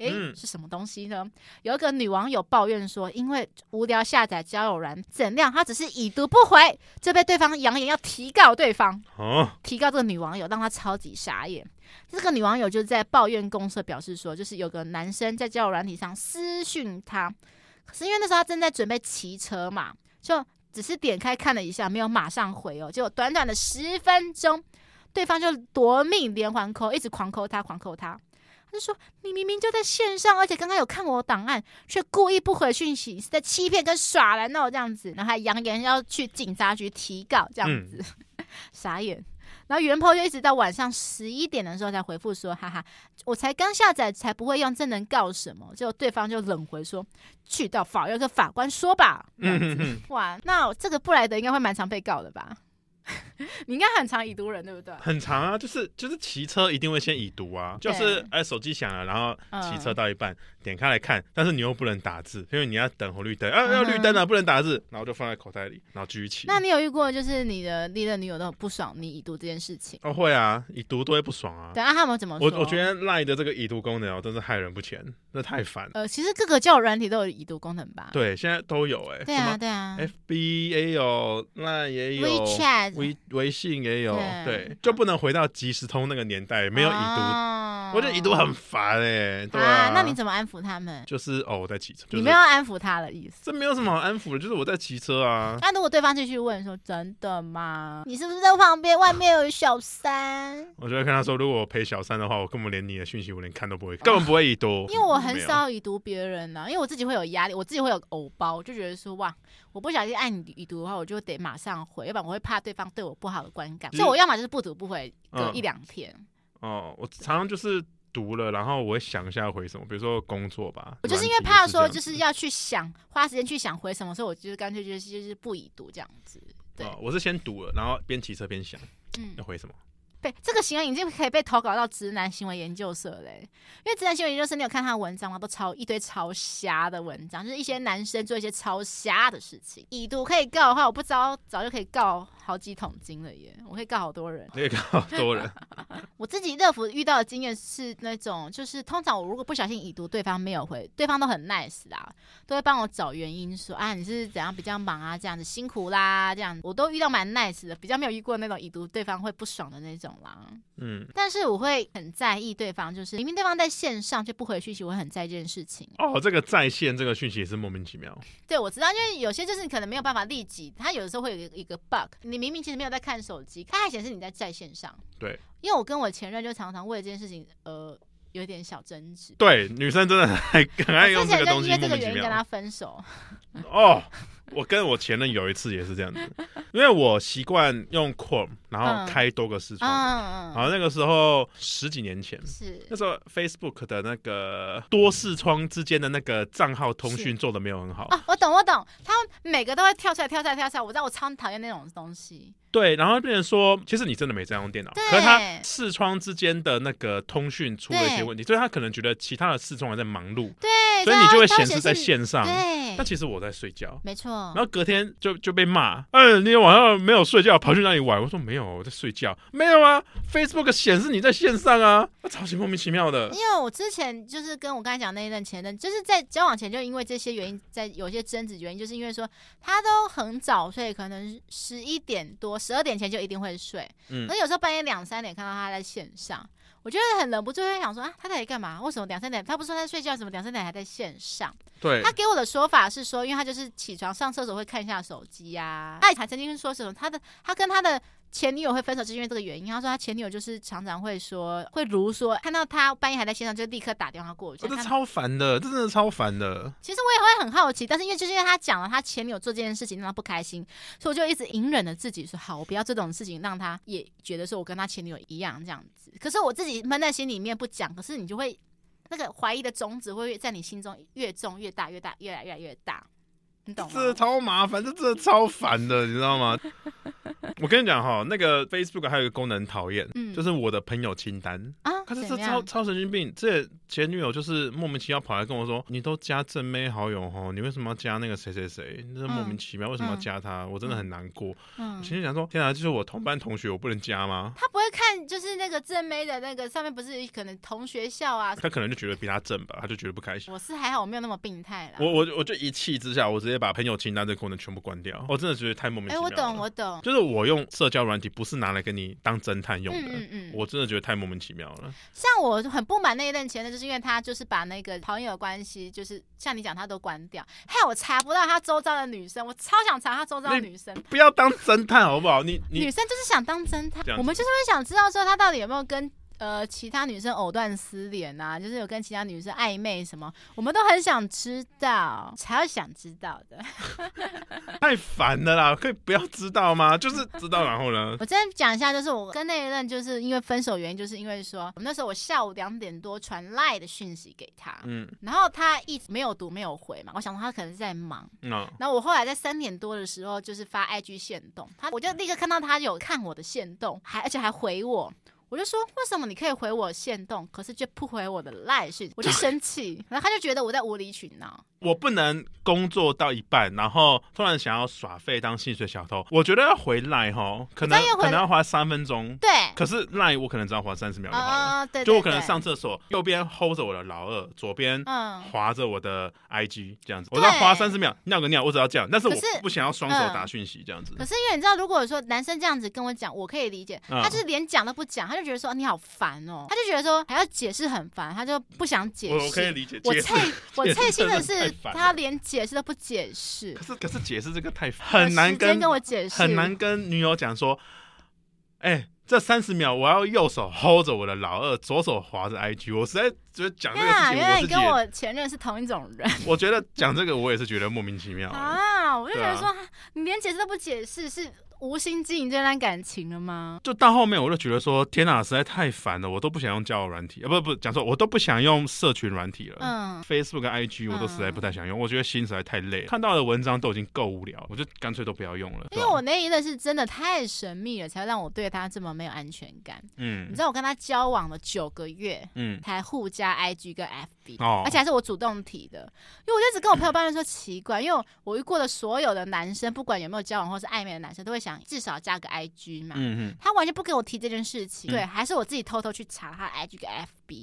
是什么东西呢？有一个女网友抱怨说，因为无聊下载交友软怎样，她只是已读不回，就被对方扬言要提告对方。提告这个女网友，让她超级傻眼。这个女网友就在抱怨公社表示说，就是有个男生在交友软体上私讯她，可是因为那时候她正在准备骑车嘛，就只是点开看了一下，没有马上回结果短短的10分钟，对方就夺命连环扣，一直狂扣他。他就说：“你明明就在线上，而且刚刚有看我的档案，却故意不回讯息，是在欺骗跟耍人哦，这样子。”然后还扬言要去警察局提告，这样子，傻眼。然后原 po 就一直到晚上11点的时候才回复说：“哈哈，我才刚下载，才不会用，这能告什么？”结果对方就冷回说：“去到法院跟法官说吧。”哇，那这个布莱德应该会蛮常被告的吧？你应该很常已读人对不对？ 很常啊，就是骑车一定会先已读啊，就是手机响了，然后骑车到一半点开来看，但是你又不能打字，因为你要等红绿灯要绿灯了不能打字，然后就放在口袋里，然后继续骑。 那你有遇过就是你的女友都很不爽你已读这件事情？ 会啊，已读都会不爽啊。 对啊，他们怎么说？ 我觉得 LINE 的这个已读功能真是害人不浅，那太烦。 其实各个交友软体都有已读功能吧？ 对，现在都有对啊 ，FB 也有 ，LINE 也有 ，WeChat 微信也有，对，就不能回到即时通那个年代，没有已读，我觉得已读很烦对啊。 那你怎么安抚他们？ 就是我在骑车， 你没有安抚他的意思？ 这没有什么好安抚的，就是我在骑车啊。 那如果对方继续问说：“真的吗？你是不是在旁边？外面有小三？” 我就会跟他说：“如果我陪小三的话，我根本连你的讯息我连看都不会，根本不会已读。” 因为我很少已读别人因为我自己会有压力，我自己会有偶包，我就觉得说哇，我不小心按你已读的话，我就得马上回，要不然我会怕对方对我不好的观感，所以我要么就是不读不回，隔1-2天。 我常常就是读了，然后我会想一下回什么，比如说工作吧。 我就是因为怕说就是要去想，花时间去想回什么，所以我就干脆就是不已读这样子。对， 我是先读了，然后边骑车边想，要回什么。 对，这个行为已经可以被投稿到直男行为研究社嘞，因为直男行为研究社，你有看他的文章吗？都一堆超瞎的文章，就是一些男生做一些超瞎的事情。已读可以告的话，我不知道早就可以告好几桶金了耶，我可以告好多人。 可以告好多人。 我自己热舞遇到的经验是那种，就是通常我如果不小心已读，对方没有回，对方都很 nice 啦，都会帮我找原因说你是怎样比较忙啊，这样子辛苦啦，这样我都遇到蛮 nice 的，比较没有遇过那种已读对方会不爽的那种啦。但是我会很在意对方，就是明明对方在线上却不回讯息，我会很在意这件事情。 这个在线这个讯息也是莫名其妙。 对，我知道，因为有些就是你可能没有办法立即，他有的时候会有一个 bug， 你明明其实没有在看手机，它还显示你在线上。 对， 因为我跟我前任就常常为了这件事情有点小争执。 对，女生真的很爱用这个东西，莫名其妙。 因为这个原因跟他分手。 我跟我前任有一次也是这样子，因为我习惯用 Chrome， 然后开多个视窗，然后那个时候10几年前，是那时候 Facebook 的那个多视窗之间的那个账号通讯做的没有很好。 我懂，他们每个都会跳出来，我知道，我超讨厌那种东西。 对，然后变成说，其实你真的没在用电脑，可是他视窗之间的那个通讯出了一些问题，所以他可能觉得其他的视窗还在忙碌， 对， 所以你就会显示在线上， 对， 但其实我在睡觉， 没错。 然后隔天就被骂，你晚上没有睡觉，跑去哪里玩？我说没有，我在睡觉。没有啊 ，Facebook 显示你在线上啊，超级莫名其妙的。 因为我之前就是跟我刚才讲那一任前任，就是在交往前就因为这些原因，在有些争执原因，就是因为说他都很早睡，可能11点多、12点前就一定会睡，而有时候半夜2-3点看到他在线上。我觉得很忍不住会想说他到底干嘛？为什么2-3点？他不是说他在睡觉，怎么2-3点还在线上？ 对， 他给我的说法是说，因为他就是起床上厕所会看一下手机啊。他也曾经说什么，他跟他的前女友会分手，就是因为这个原因。他说他前女友就是常常会如说看到他半夜还在线上，就立刻打电话过去。 这超烦的，这真的超烦的。 其实我也会很好奇，但是因为他讲了他前女友做这件事情让他不开心，所以我就一直隐忍了自己说好，我不要这种事情让他也觉得说我跟他前女友一样这样子。可是我自己闷在心里面不讲，可是你就会那个怀疑的种子会在你心中越种越大，越来越大。你懂吗？ 这超麻烦，这真的超烦的，你知道吗？我跟你讲那个 Facebook 还有一个功能讨厌，就是我的朋友清单可是这超神经病。这前女友就是莫名其妙跑来跟我说，你都加正妹好友吼，你为什么要加那个谁谁谁？这莫名其妙，为什么要加他？我真的很难过。我心里想说，天啊，就是我同班同学，我不能加吗？ 他不会看，就是那个正妹的那个上面不是可能同学校啊？ 他可能就觉得比他正吧，他就觉得不开心。 我是还好，我没有那么病态啦。 我就一气之下，我直接把朋友清单这个功能全部关掉。我真的觉得太莫名其妙了。 我懂。 就是我用社交软体不是拿来跟你当侦探用的。我真的觉得太莫名其妙了。 像我很不满那一任前任，就是因为他就是把那个朋友的关系，就是像你讲，他都关掉，害我查不到他周遭的女生。我超想查他周遭的女生。 不要当侦探好不好？你女生就是想当侦探，我们就是会想知道说他到底有没有跟其他女生藕断丝连啊，就是有跟其他女生暧昧什么，我们都很想知道，才会想知道的。 太烦了啦，可以不要知道吗？就是知道然后呢？ 我真的讲一下，就是我跟那一任就是因为分手原因，就是因为说那时候我下午2点多传 LINE 的讯息给他，然后他一直没有读没有回嘛，我想说他可能是在忙，然后我后来在3点多的时候就是发 IG 限动，我就立刻看到他有看我的限动，而且还回我。我就说，为什么你可以回我限动，可是却不回我的 LINE 讯？我就生气，然后他就觉得我在无理取闹。 我不能工作到一半，然后突然想要耍废当薪水小偷。我觉得要回 LINE 齁，可能要花3分钟。 对。 可是 LINE 我可能只要花30秒就好了。对。就我可能上厕所，右边 hold 着我的老二，左边滑着我的 IG 这样子。我只要花30秒，尿个尿，我只要这样。但是我不想要双手打讯息这样子。 可是因为你知道，如果说男生这样子跟我讲，我可以理解。他就是连讲都不讲，他就觉得说你好烦哦，他就觉得说还要解释很烦，他就不想解释。 我可以理解。 我菜心的是他连解释都不解释。 可是解释这个很难跟我解释， 很难跟女友讲说，这30秒我要右手 hold 着我的老二，左手滑着 IG， 我实在觉得讲这个事情， 原来你跟我前任是同一种人。 我觉得讲这个我也是觉得莫名其妙啊！我就觉得说，你连解释都不解释，是无心经营这段感情了吗？ 就到后面我就觉得说，天哪，实在太烦了，我都不想用交友软体，不讲错，我都不想用社群软体了。Facebook 跟 IG 我都实在不太想用，我觉得心实在太累了，看到的文章都已经够无聊，我就干脆都不要用了。 因为我那一任是真的太神秘了，才让我对他这么没有安全感。你知道我跟他交往了9个月，才互加 IG 跟 FB，而且还是我主动提的。因为我就一直跟我朋友抱怨说奇怪，因为我遇过的所有的男生，不管有没有交往或是暧昧的男生，都会想至少加个 IG 嘛。他完全不给我提这件事情，对，还是我自己偷偷去查他的 IG 跟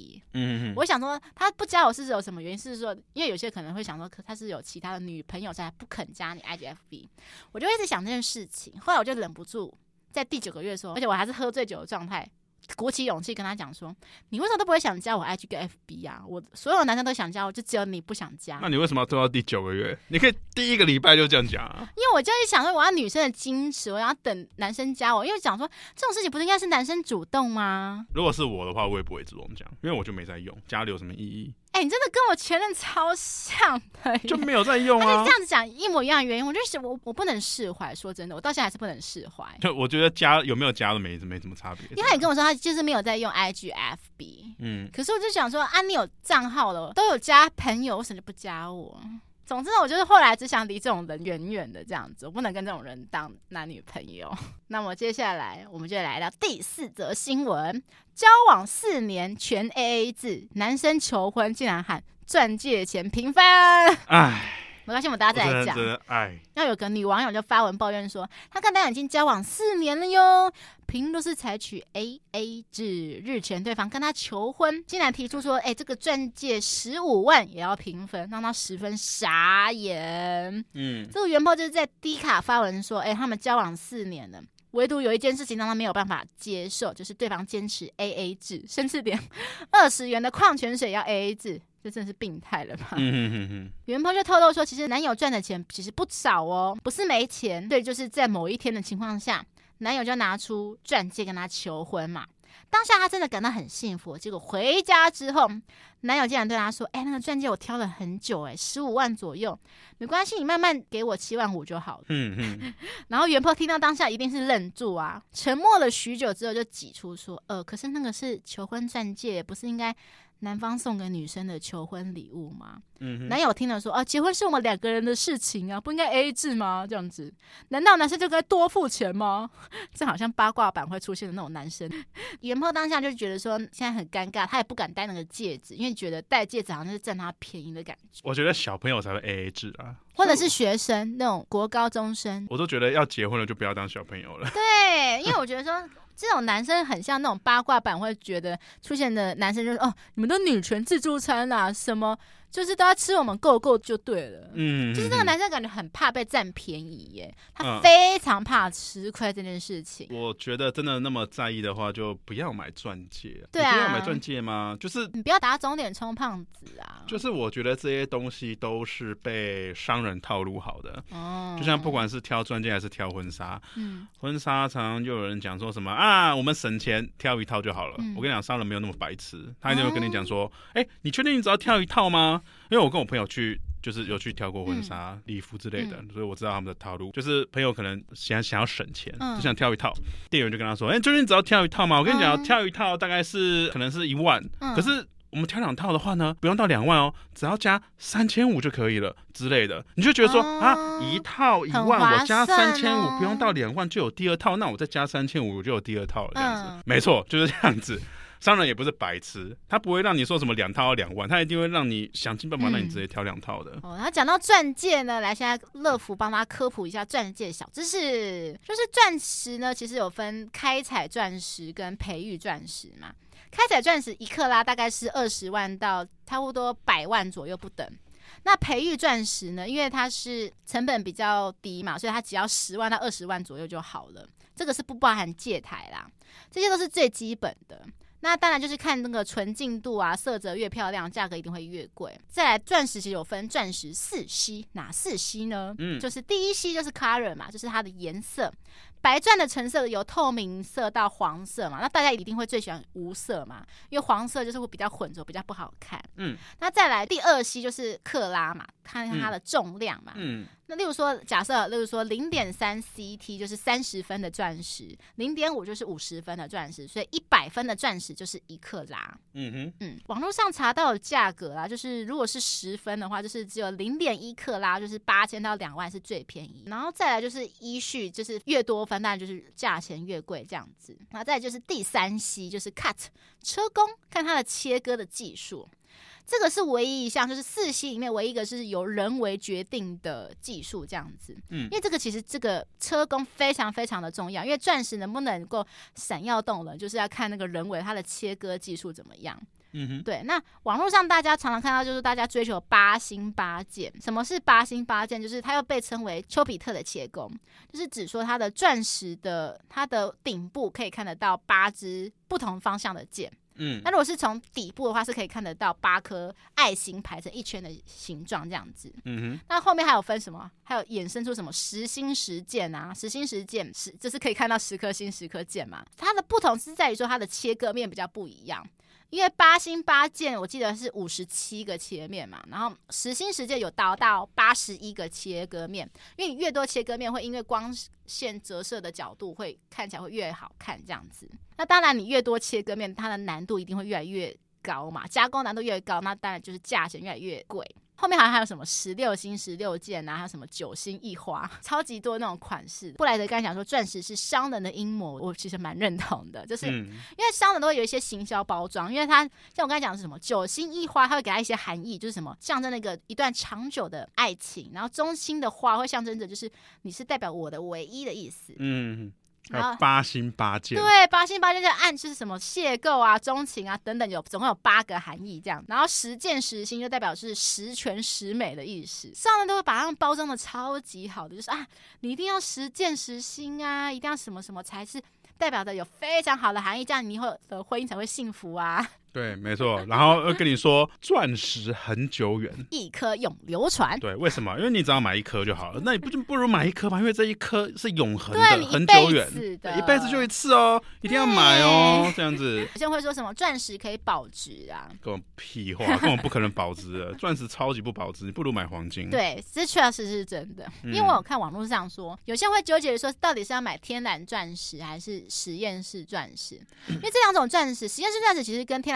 FB。我想说他不加我是有什么原因？是说因为有些可能会想说他是有其他的女朋友才不肯加你 IG FB。我就一直想这件事情，后来我就忍不住在第9个月的时候，而且我还是喝醉酒的状态，鼓起勇气跟他讲说，你为什么都不会想加我 IG 跟 FB 啊？我所有男生都想加我，就只有你不想加。 那你为什么要拖到第9个月？你可以第1个礼拜就这样讲啊。 因为我就是想说我要女生的矜持，我要等男生加我，因为讲说这种事情不是应该是男生主动吗？ 如果是我的话，我也不会主动讲，因为我就没在用，加了有什么意义？ 你真的跟我前任超像的， 就没有在用啊。 而且这样子讲一模一样的原因，我就是我不能释怀。说真的，我到现在还是不能释怀。 就我觉得加有没有加都没什么差别。 因为他也跟我说他就是没有在用 IG FB，可是我就想说啊，你有账号了，都有加朋友，为什么就不加我？总之，我就是后来只想离这种人远远的这样子，我不能跟这种人当男女朋友。那么接下来我们就来到第4则新闻：交往4年全 AA 制，男生求婚竟然喊钻戒钱平分。没关系，我们大家再来讲。要有个女网友就发文抱怨说，她跟男友已经交往4年了哟，平均都是采取 AA 制。日前对方跟她求婚，竟然提出说，这个钻戒15万也要平分，让她十分傻眼。这个原 po 就是在 D 卡发文说，他们交往4年了。唯独有一件事情让他没有办法接受，就是对方坚持 AA 制，甚至连20元的矿泉水要 AA 制，这真的是病态了吧？原 po 就透露说，其实男友赚的钱其实不少哦，不是没钱，对，就是在某一天的情况下，男友就拿出钻戒跟他求婚嘛。当下他真的感到很幸福，结果回家之后，男友竟然对他说：“那个钻戒我挑了很久，15万左右，没关系，你慢慢给我7万5就好了。”然后原 po 听到当下一定是愣住啊，沉默了许久之后就挤出说：“可是那个是求婚钻戒，不是应该男方送给女生的求婚礼物吗？男友听了说结婚是我们2个人的事情啊，不应该 AA 制吗？这样子，难道男生就该多付钱吗？这好像八卦版会出现的那种男生。原 po 当下就觉得说现在很尴尬，他也不敢戴那个戒指，因为觉得戴戒指好像是占他便宜的感觉。 我觉得小朋友才会 AA 制啊， 或者是学生那种国高中生， 我都觉得要结婚了就不要当小朋友了。 对，因为我觉得说这种男生很像那种八卦版会觉得出现的男生就是你们都女权自助餐啊，什么就是都要吃我们够就对了。就是那个男生感觉很怕被占便宜耶，他非常怕吃亏这件事情。 我觉得真的那么在意的话，就不要买钻戒。 对啊， 你不要买钻戒吗？就是你不要打肿脸充胖子啊。 就是我觉得这些东西都是被商人套路好的。就像不管是挑钻戒还是挑婚纱，婚纱常常就有人讲说什么我们省钱挑一套就好了。我跟你讲，商人没有那么白痴，他一定会跟你讲说，你确定你只要挑一套吗？因为我跟我朋友就是有去挑过婚纱、礼服之类的，所以我知道他们的套路。就是朋友可能想要省钱，就想挑一套，店员就跟他说：“确定你只要挑一套吗？我跟你讲，挑一套大概可能是1万，可是我们挑2套的话呢，不用到2万哦，只要加3500就可以了之类的。”你就觉得说一套1万，我加3500，不用到2万就有第2套，那我再加3500我就有第2套了，这样子。没错，就是这样子。商人也不是白痴，他不会让你说什么2套要2万，他一定会让你想尽办法让你直接挑2套的。 他讲到钻戒呢，来现在乐福帮他科普一下钻戒小知识，就是钻石呢其实有分开采钻石跟培育钻石嘛。开采钻石1克拉大概是20万到差不多100万左右不等。那培育钻石呢，因为它是成本比较低嘛，所以它只要10万到20万左右就好了。这个是不包含戒台啦，这些都是最基本的。那当然就是看那个纯净度啊，色泽越漂亮，价格一定会越贵。再来，钻石其实有分钻石4系，哪4系呢？就是第一系就是 color 嘛，就是它的颜色。白钻的成色由透明色到黄色嘛，那大家一定会最喜欢无色嘛，因为黄色就是会比较混浊，比较不好看。那再来第2系就是克拉嘛，看看它的重量嘛。那例如说0.3 CT 就是30分的钻石，0.5就是50分的钻石，所以100分的钻石就是1克拉。网络上查到的价格啦，就是如果是10分的话，就是只有0.1克拉，就是8000到2万是最便宜。然后再来就是依序，就是越多分当然就是价钱越贵这样子。然后再来就是第3系，就是 cut 车工，看它的切割的技术。这个是唯一一项，就是4系里面唯一一个是由人为决定的技术这样子。因为其实这个车工非常非常的重要，因为钻石能不能够闪耀动人，就是要看那个人为它的切割技术怎么样。对，那网络上大家常常看到就是大家追求8星8件。什么是8星8件？就是它又被称为丘比特的切工，就是指说它的钻石的它的顶部可以看得到8支不同方向的箭。那如果是从底部的话，是可以看得到8颗爱心排成一圈的形状这样子。那后面还有分什么？还有衍生出什么10星10箭啊，10星10箭，就是可以看到10颗星10颗箭嘛。它的不同是在于说它的切割面比较不一样。因为8星8箭我记得是57个切面嘛，然后10星10箭有达到81个切割面，因为你越多切割面会因为光线折射的角度会看起来会越好看这样子。那当然你越多切割面，它的难度一定会越来越高嘛，加工难度越高，那当然就是价钱越来越贵。后面还有什么16星16箭啊，还有什么9星1花，超级多那种款式。布莱德刚才讲说钻石是商人的阴谋，我其实蛮认同的，就是因为商人都会有一些行销包装，因为他像我刚才讲的是什么9星1花，他会给他一些含义，就是什么象征那个一段长久的爱情，然后中心的花会象征着就是你是代表我的唯一的意思。 还有8星8箭， 对，8星8箭就暗示什么邂逅啊、钟情啊等等，总共有8个含义这样。然后10箭10星就代表是十全十美的意思。上面都会把它们包装的超级好的，就是你一定要10箭10星啊，一定要什么什么才是代表的有非常好的含义，这样你以后的婚姻才会幸福啊。 对，没错。然后跟你说，钻石很久远， 一颗永流传。 对，为什么？因为你只要买1颗就好了。那你不如买1颗吧，因为这1颗是永恒的，很久远，一辈子就一次哦，一定要买哦，这样子。 有些人会说什么钻石可以保值啊？ 根本屁话，根本不可能保值的。钻石超级不保值，你不如买黄金。 对，这确实是真的。因为我有看网络上说，有些人会纠结说，到底是要买天然钻石还是实验室钻石？因为这2种钻石，实验室钻石其实跟天然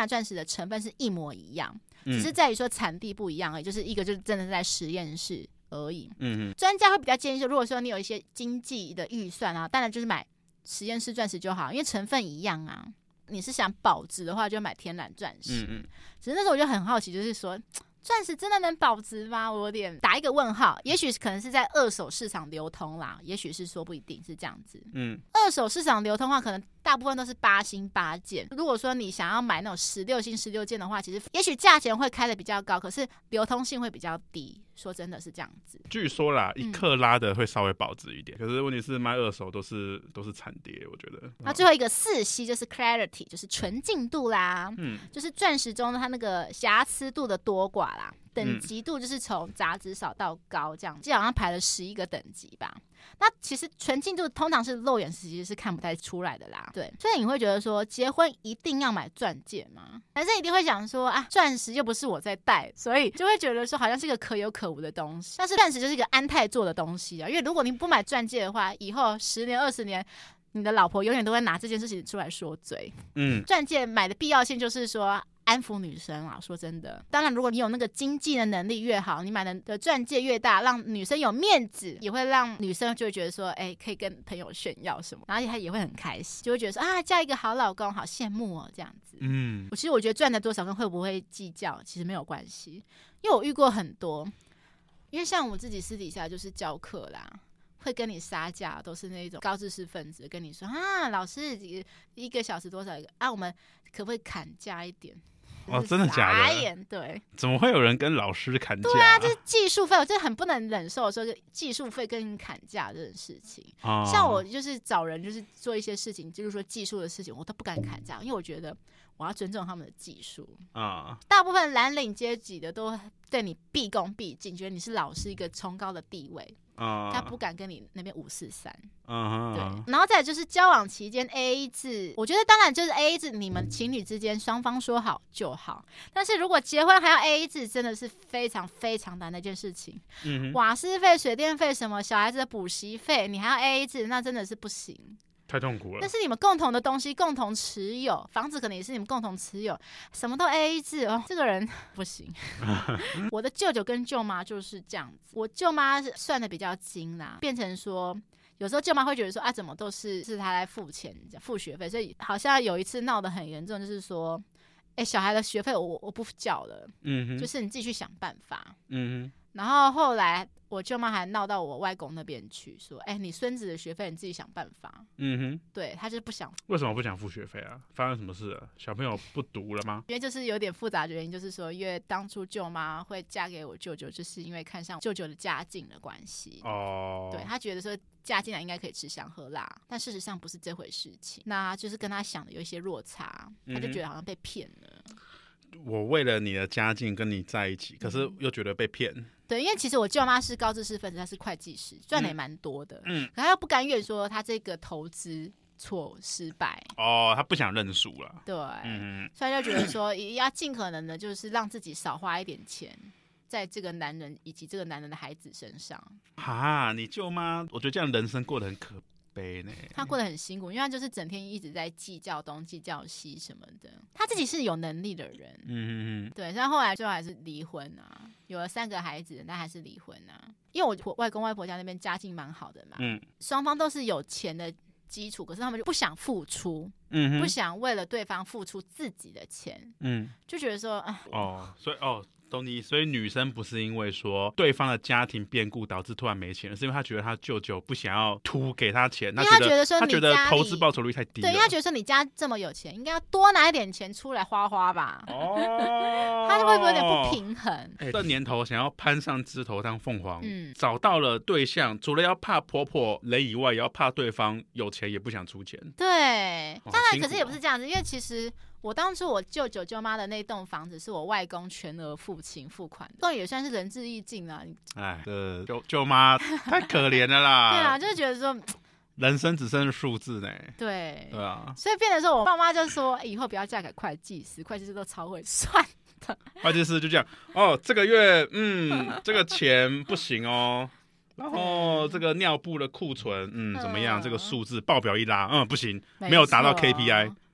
然钻石的成分是一模一样，只是在于说产地不一样而已，就是一个就是真的是在实验室而已。专家会比较建议说，如果说你有一些经济的预算啊，当然就是买实验室钻石就好，因为成分一样啊。你是想保值的话，就买天然钻石。只是那时候我就很好奇，就是说钻石真的能保值吗？我有点打一个问号。也许可能是在二手市场流通啦，也许是说不一定是这样子。二手市场流通的话，可能大部分都是8星8件。如果说你想要买那种16星16件的话，其实也许价钱会开的比较高，可是流通性会比较低。说真的是这样子。 据说啦，1克拉的会稍微保值一点，可是问题是卖二手都是惨跌，我觉得。 那最后一个4C就是 clarity， 就是纯净度啦，就是钻石中它那个瑕疵度的多寡啦，等级度就是从杂质少到高这样，基本上排了11个等级吧。那其实纯净度通常是肉眼其实是看不太出来的啦，对。所以你会觉得说，结婚一定要买钻戒吗？男生一定会想说啊，钻石又不是我在戴，所以就会觉得说好像是一个可有可无的东西。但是钻石就是一个安泰做的东西啊，因为如果你不买钻戒的话，以后10年20年。你的老婆永远都会拿这件事情出来说嘴。钻戒买的必要性就是说安抚女生啊，说真的。当然，如果你有那个经济的能力越好，你买的钻戒越大，让女生有面子，也会让女生就会觉得说，可以跟朋友炫耀什么，然后她也会很开心，就会觉得说啊，嫁一个好老公，好羡慕哦，这样子。其实我觉得赚的多少跟会不会计较其实没有关系，因为我遇过很多，因为像我自己私底下就是教课啦。会跟你杀价，都是那种高知识分子跟你说啊，老师1个小时多少啊？我们可不可以砍价一点？ 真的假的？ 对， 怎么会有人跟老师砍价？ 对啊，这是技术费，我真的很不能忍受说技术费跟你砍价这种事情。像我就是找人就是做一些事情，就是说技术的事情，我都不敢砍价，因为我觉得我要尊重他们的技术大部分蓝领阶级的都对你毕恭毕敬，觉得你是老师一个崇高的地位。他不敢跟你那边543，对，然后再来就是交往期间 AA 制，我觉得当然就是 AA 制，你们情侣之间双方说好就好。但是如果结婚还要 AA 制，真的是非常非常难的一件事情。瓦斯费、水电费什么，小孩子的补习费，你还要 AA 制，那真的是不行。 太痛苦了。 但是你们共同的东西共同持有，房子可能也是你们共同持有，什么都 AA 制哦，这个人不行。我的舅舅跟舅妈就是这样子，我舅妈算的比较精啦，变成说有时候舅妈会觉得说啊，怎么都是他来付钱付学费，所以好像有一次闹得很严重，就是说小孩的学费我不缴了，就是你自己去想办法。然后后来我舅妈还闹到我外公那边去，说你孙子的学费你自己想办法。对，他就是不想。 为什么不想付学费啊？发生什么事了？小朋友不读了吗？ 因为就是有点复杂的原因，就是说因为当初舅妈会嫁给我舅舅，就是因为看上舅舅的家境的关系。对，他觉得说嫁进来应该可以吃香喝辣，但事实上不是这回事情，那就是跟他想的有一些落差，他就觉得好像被骗了。 我为了你的家境跟你在一起，可是又觉得被骗。 对，因为其实我舅妈是高知识分子，她是会计师，赚的也蛮多的。可她又不甘愿说她这个投资失败。她不想认输了。 对，所以就觉得说要尽可能的，就是让自己少花一点钱在这个男人以及这个男人的孩子身上。 你舅妈，我觉得这样人生过得很可悲呢。 他过得很辛苦，因为他就是整天一直在计较东计较西什么的。他自己是有能力的人，对，但后来最后还是离婚啊，有了3个孩子，但还是离婚啊。因为我外公外婆家那边家境蛮好的嘛，双方都是有钱的基础，可是他们就不想付出，不想为了对方付出自己的钱，就觉得说所以懂你，所以女生不是因为说对方的家庭变故导致突然没钱了，是因为她觉得她舅舅不想要图给她钱， 她觉得说她觉得投资报酬率太低了， 对，她觉得说你家这么有钱，应该要多拿一点钱出来花花吧。她就会不会有点不平衡？ 这年头想要攀上枝头当凤凰，找到了对象，除了要怕婆婆雷以外，也要怕对方有钱也不想出钱。 对，当然，可是也不是这样子，因为其实我当初我舅舅舅妈的那栋房子是我外公全额付款的，这也算是仁至义尽啊。 舅妈太可怜了啦。 对啊，就是觉得说人生只剩数字呢。 对啊， 所以变成说我爸妈就说以后不要嫁给会计师，会计师都超会算的。 会计师就这样这个月这个钱不行哦。然后这个尿布的库存怎么样？这个数字报表一拉不行，没有达到 KPI。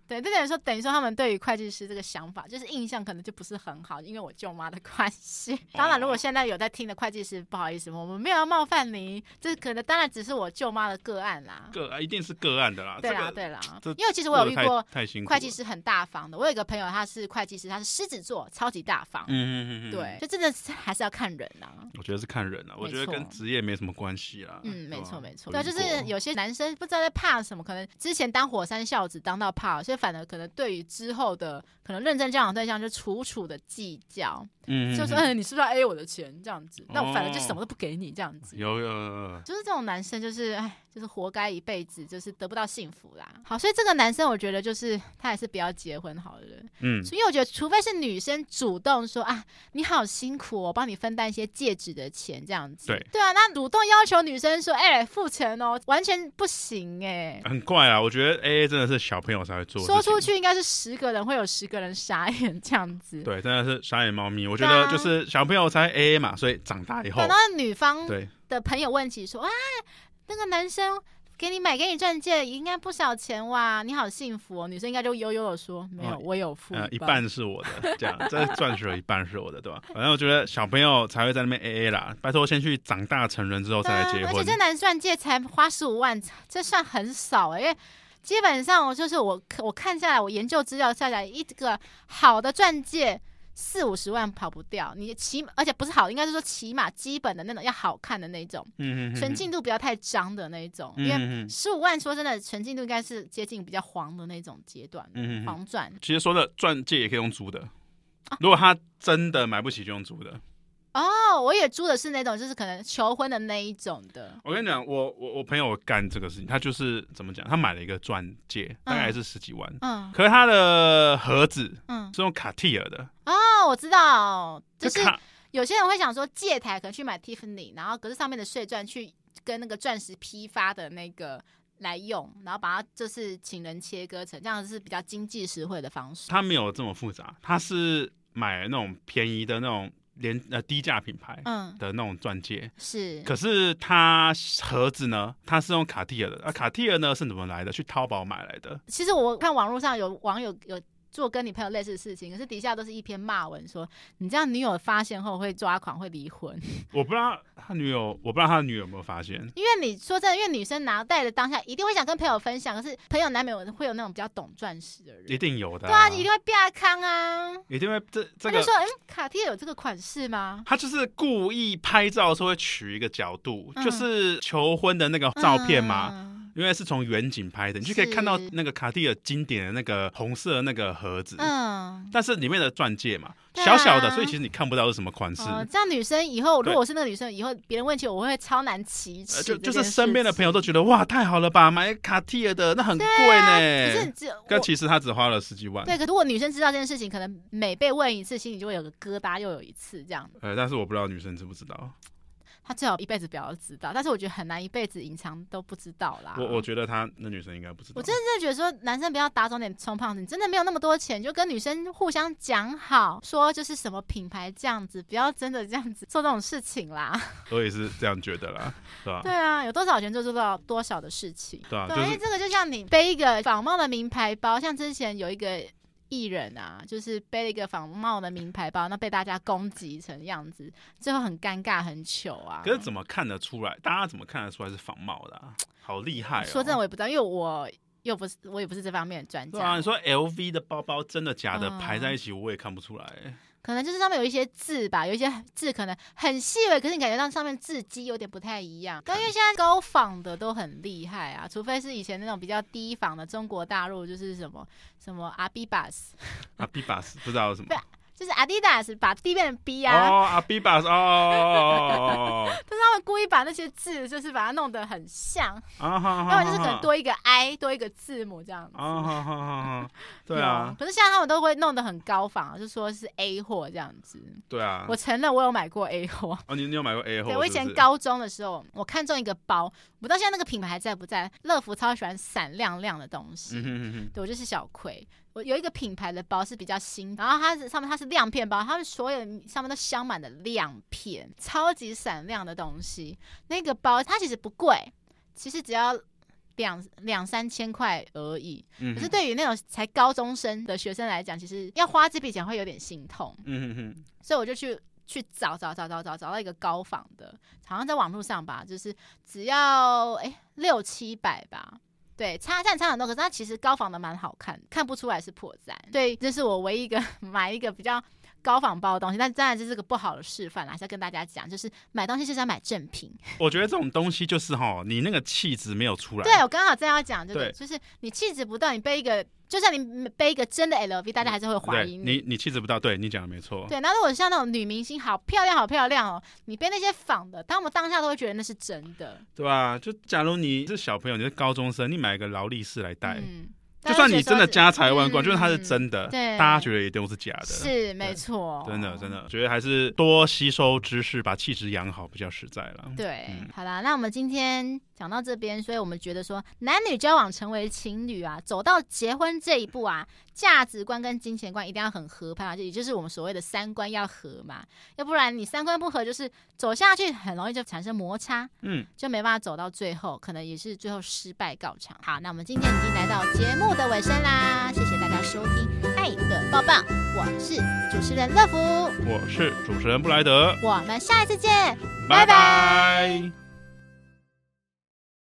对，这等于说他们对于会计师这个想法，就是印象可能就不是很好，因为我舅妈的关系。当然，如果现在有在听的会计师，不好意思，我们没有要冒犯你，这可能当然只是我舅妈的个案啦， 一定是个案的啦。 对啦，对啦，因为其实我有遇过会计师很大方的，我有一个朋友他是会计师，他是狮子座，超级大方。对，就真的是还是要看人啊。 我觉得是看人啊，我觉得跟职业没什么关系啦。 没错没错。对，就是有些男生不知道在怕什么，可能之前当火山孝子当到怕，所以反而可能对于之后的可能认真交往对象就楚楚的计较。就说你是不是要 A 我的钱这样子？那我反正就什么都不给你这样子。 有， 就是这种男生就是就是活该一辈子就是得不到幸福啦。好，所以这个男生我觉得就是他还是不要结婚好了。所以我觉得除非是女生主动说你好辛苦我帮你分担一些戒指的钱这样子。对啊，那主动要求女生说付钱哦，完全不行很怪啊。我觉得 AA 真的是小朋友才会做， 说出去应该是10个人会有10个人傻眼这样子。 对，真的是傻眼猫咪。我觉得就是小朋友才 AA 嘛，所以长大以后， 然后女方的朋友问起说那个男生给你钻戒应该不少钱哇，你好幸福哦。女生应该就悠悠的说没有，我有付一半是我的，这样这钻石有一半是我的，对吧？反正我觉得小朋友才会在那边 AA 啦，拜托先去长大成人之后再来结婚。 而且这男钻戒才花15万，这算很少因为基本上就是我看下来，我研究资料下来，一个好的钻戒40-50万跑不掉，你而且不是好，应该是说起码基本的那种要好看的那种，纯净度不要太脏的那种，因为15万说真的，纯净度应该是接近比较黄的那种阶段，黄钻。 其实说的钻戒也可以用租的，如果他真的买不起就用租的。 我也租的是那种，就是可能求婚的那一种的。 我跟你讲，我朋友干这个事情，他就是怎么讲，他买了一个钻戒，大概是10几万，可是他的盒子是用卡地尔的。 我知道，就是有些人会想说戒台可能去买 Tiffany， 然后可是上面的碎钻去跟那个钻石批发的那个来用，然后把它就是请人切割成，这样是比较经济实惠的方式。 他没有这么复杂，他是买那种便宜的那种低价品牌的那种钻戒， 是。 可是它盒子呢，它是用卡地尔的，卡地尔呢是怎么来的？去淘宝买来的。 其实我看网络上有网友有做跟你朋友类似的事情，可是底下都是一篇骂文说你这样女友发现后会抓狂会离婚。 我不知道他女友有没有发现， 因为你说真的，因为女生拿戴的当下一定会想跟朋友分享，可是朋友难免会有那种比较懂钻石的人， 一定有的对啊，一定会变康啊， 一定会这个他就说卡地尔有这个款式吗？ 他就是故意拍照的时候会取一个角度，就是求婚的那个照片嘛，因为是从远景拍的，你就可以看到那个卡地尔经典的那个红色的那个盒子，但是里面的钻戒嘛，小小的，所以其实你看不到是什么款式。 这样女生以后，如果我是那个女生，以后别人问起我会超难启齿。 就是身边的朋友都觉得哇，太好了吧，买卡地尔的那很贵呢。可其实他只花了10几万。 对，可如果女生知道这件事情，可能每被问一次，心里就会有个疙瘩，又有一次这样。 但是我不知道女生知不知道。 他最好一辈子不要知道，但是我觉得很难一辈子隐藏都不知道啦。 我觉得那女生应该不知道。 我真的觉得说，男生不要打肿脸充胖子，你真的没有那么多钱，就跟女生互相讲好，说就是什么品牌这样子，不要真的这样子做这种事情啦。 我也是这样觉得啦，对吧？ 对啊，有多少钱就做到多少的事情。 对啊， 因为这个就像你背一个仿冒的名牌包，像之前有一个艺人啊，就是背了一个仿冒的名牌包，那被大家攻击成样子，最后很尴尬很糗啊。 可是怎么看得出来？大家怎么看得出来是仿冒的啊？好厉害哦！ 说真的我也不知道，因为我也不是这方面的专家。 对啊，你说 LV 的包包真的假的排在一起，我也看不出来。 可能就是上面有一些字吧，有一些字可能很细微，可是你感觉到上面字迹有点不太一样。因为现在高仿的都很厉害啊，除非是以前那种比较低仿的中国大陆，就是什么阿比巴斯不知道什么。 就是 Adidas 把 D 变成 B 啊， 阿比巴斯但是他们故意把那些字就是把它弄得很像，要不然就是可能多一个 I 多一个字母这样子。 对啊。 可是现在他们都会弄得很高仿，就说是 A 货这样子。 对啊。 我承认我有买过 A 货。 你有买过 A 货？ 对，我以前高中的时候，我看中一个包，我不知道现在那个品牌还在不在。乐福超喜欢闪亮亮的东西，对我就是小葵。我有一个品牌的包是比较新，然后上面它是亮片包，它们所有上面都镶满了亮片，超级闪亮的东西。那个包它其实不贵，其实只要两三千块而已。可是对于那种才高中生的学生来讲，其实要花这笔钱会有点心痛。所以我就去找到一个高仿的，好像在网络上吧，就是只要600-700吧。对，差很多，可是它其实高仿的蛮好看，看不出来是破绽。对，这是我唯一一个买一个比较高仿包的东西，但当然这是个不好的示范啦，还是要跟大家讲，就是买东西就是要买正品。 我觉得这种东西就是你那个气质没有出来。 对，我刚好正要讲这个，就是你气质不到，你背一个。就算你背一个真的 LV， 大家还是会怀疑你气质不到，对，你讲的没错。 对，然后如果像那种女明星，好漂亮哦，你背那些仿的，他们当下都会觉得那是真的， 对吧？就假如你是小朋友，你是高中生，你买一个劳力士来戴。就算你真的家财万贯，就是它是真的，大家觉得一定是假的， 是没错， 真的，觉得还是多吸收知识，把气质养好比较实在了。 对，好啦，那我们今天讲到这边，所以我们觉得说，男女交往成为情侣啊，走到结婚这一步啊，价值观跟金钱观一定要很合拍，也就是我们所谓的三观要合嘛，要不然你三观不合，就是走下去很容易就产生摩擦，就没办法走到最后，可能也是最后失败告场。好，那我们今天已经来到节目的尾声啦，谢谢大家收听《爱的抱抱》，我是主持人乐福， 我是主持人布莱德， 我们下一次见， 拜拜。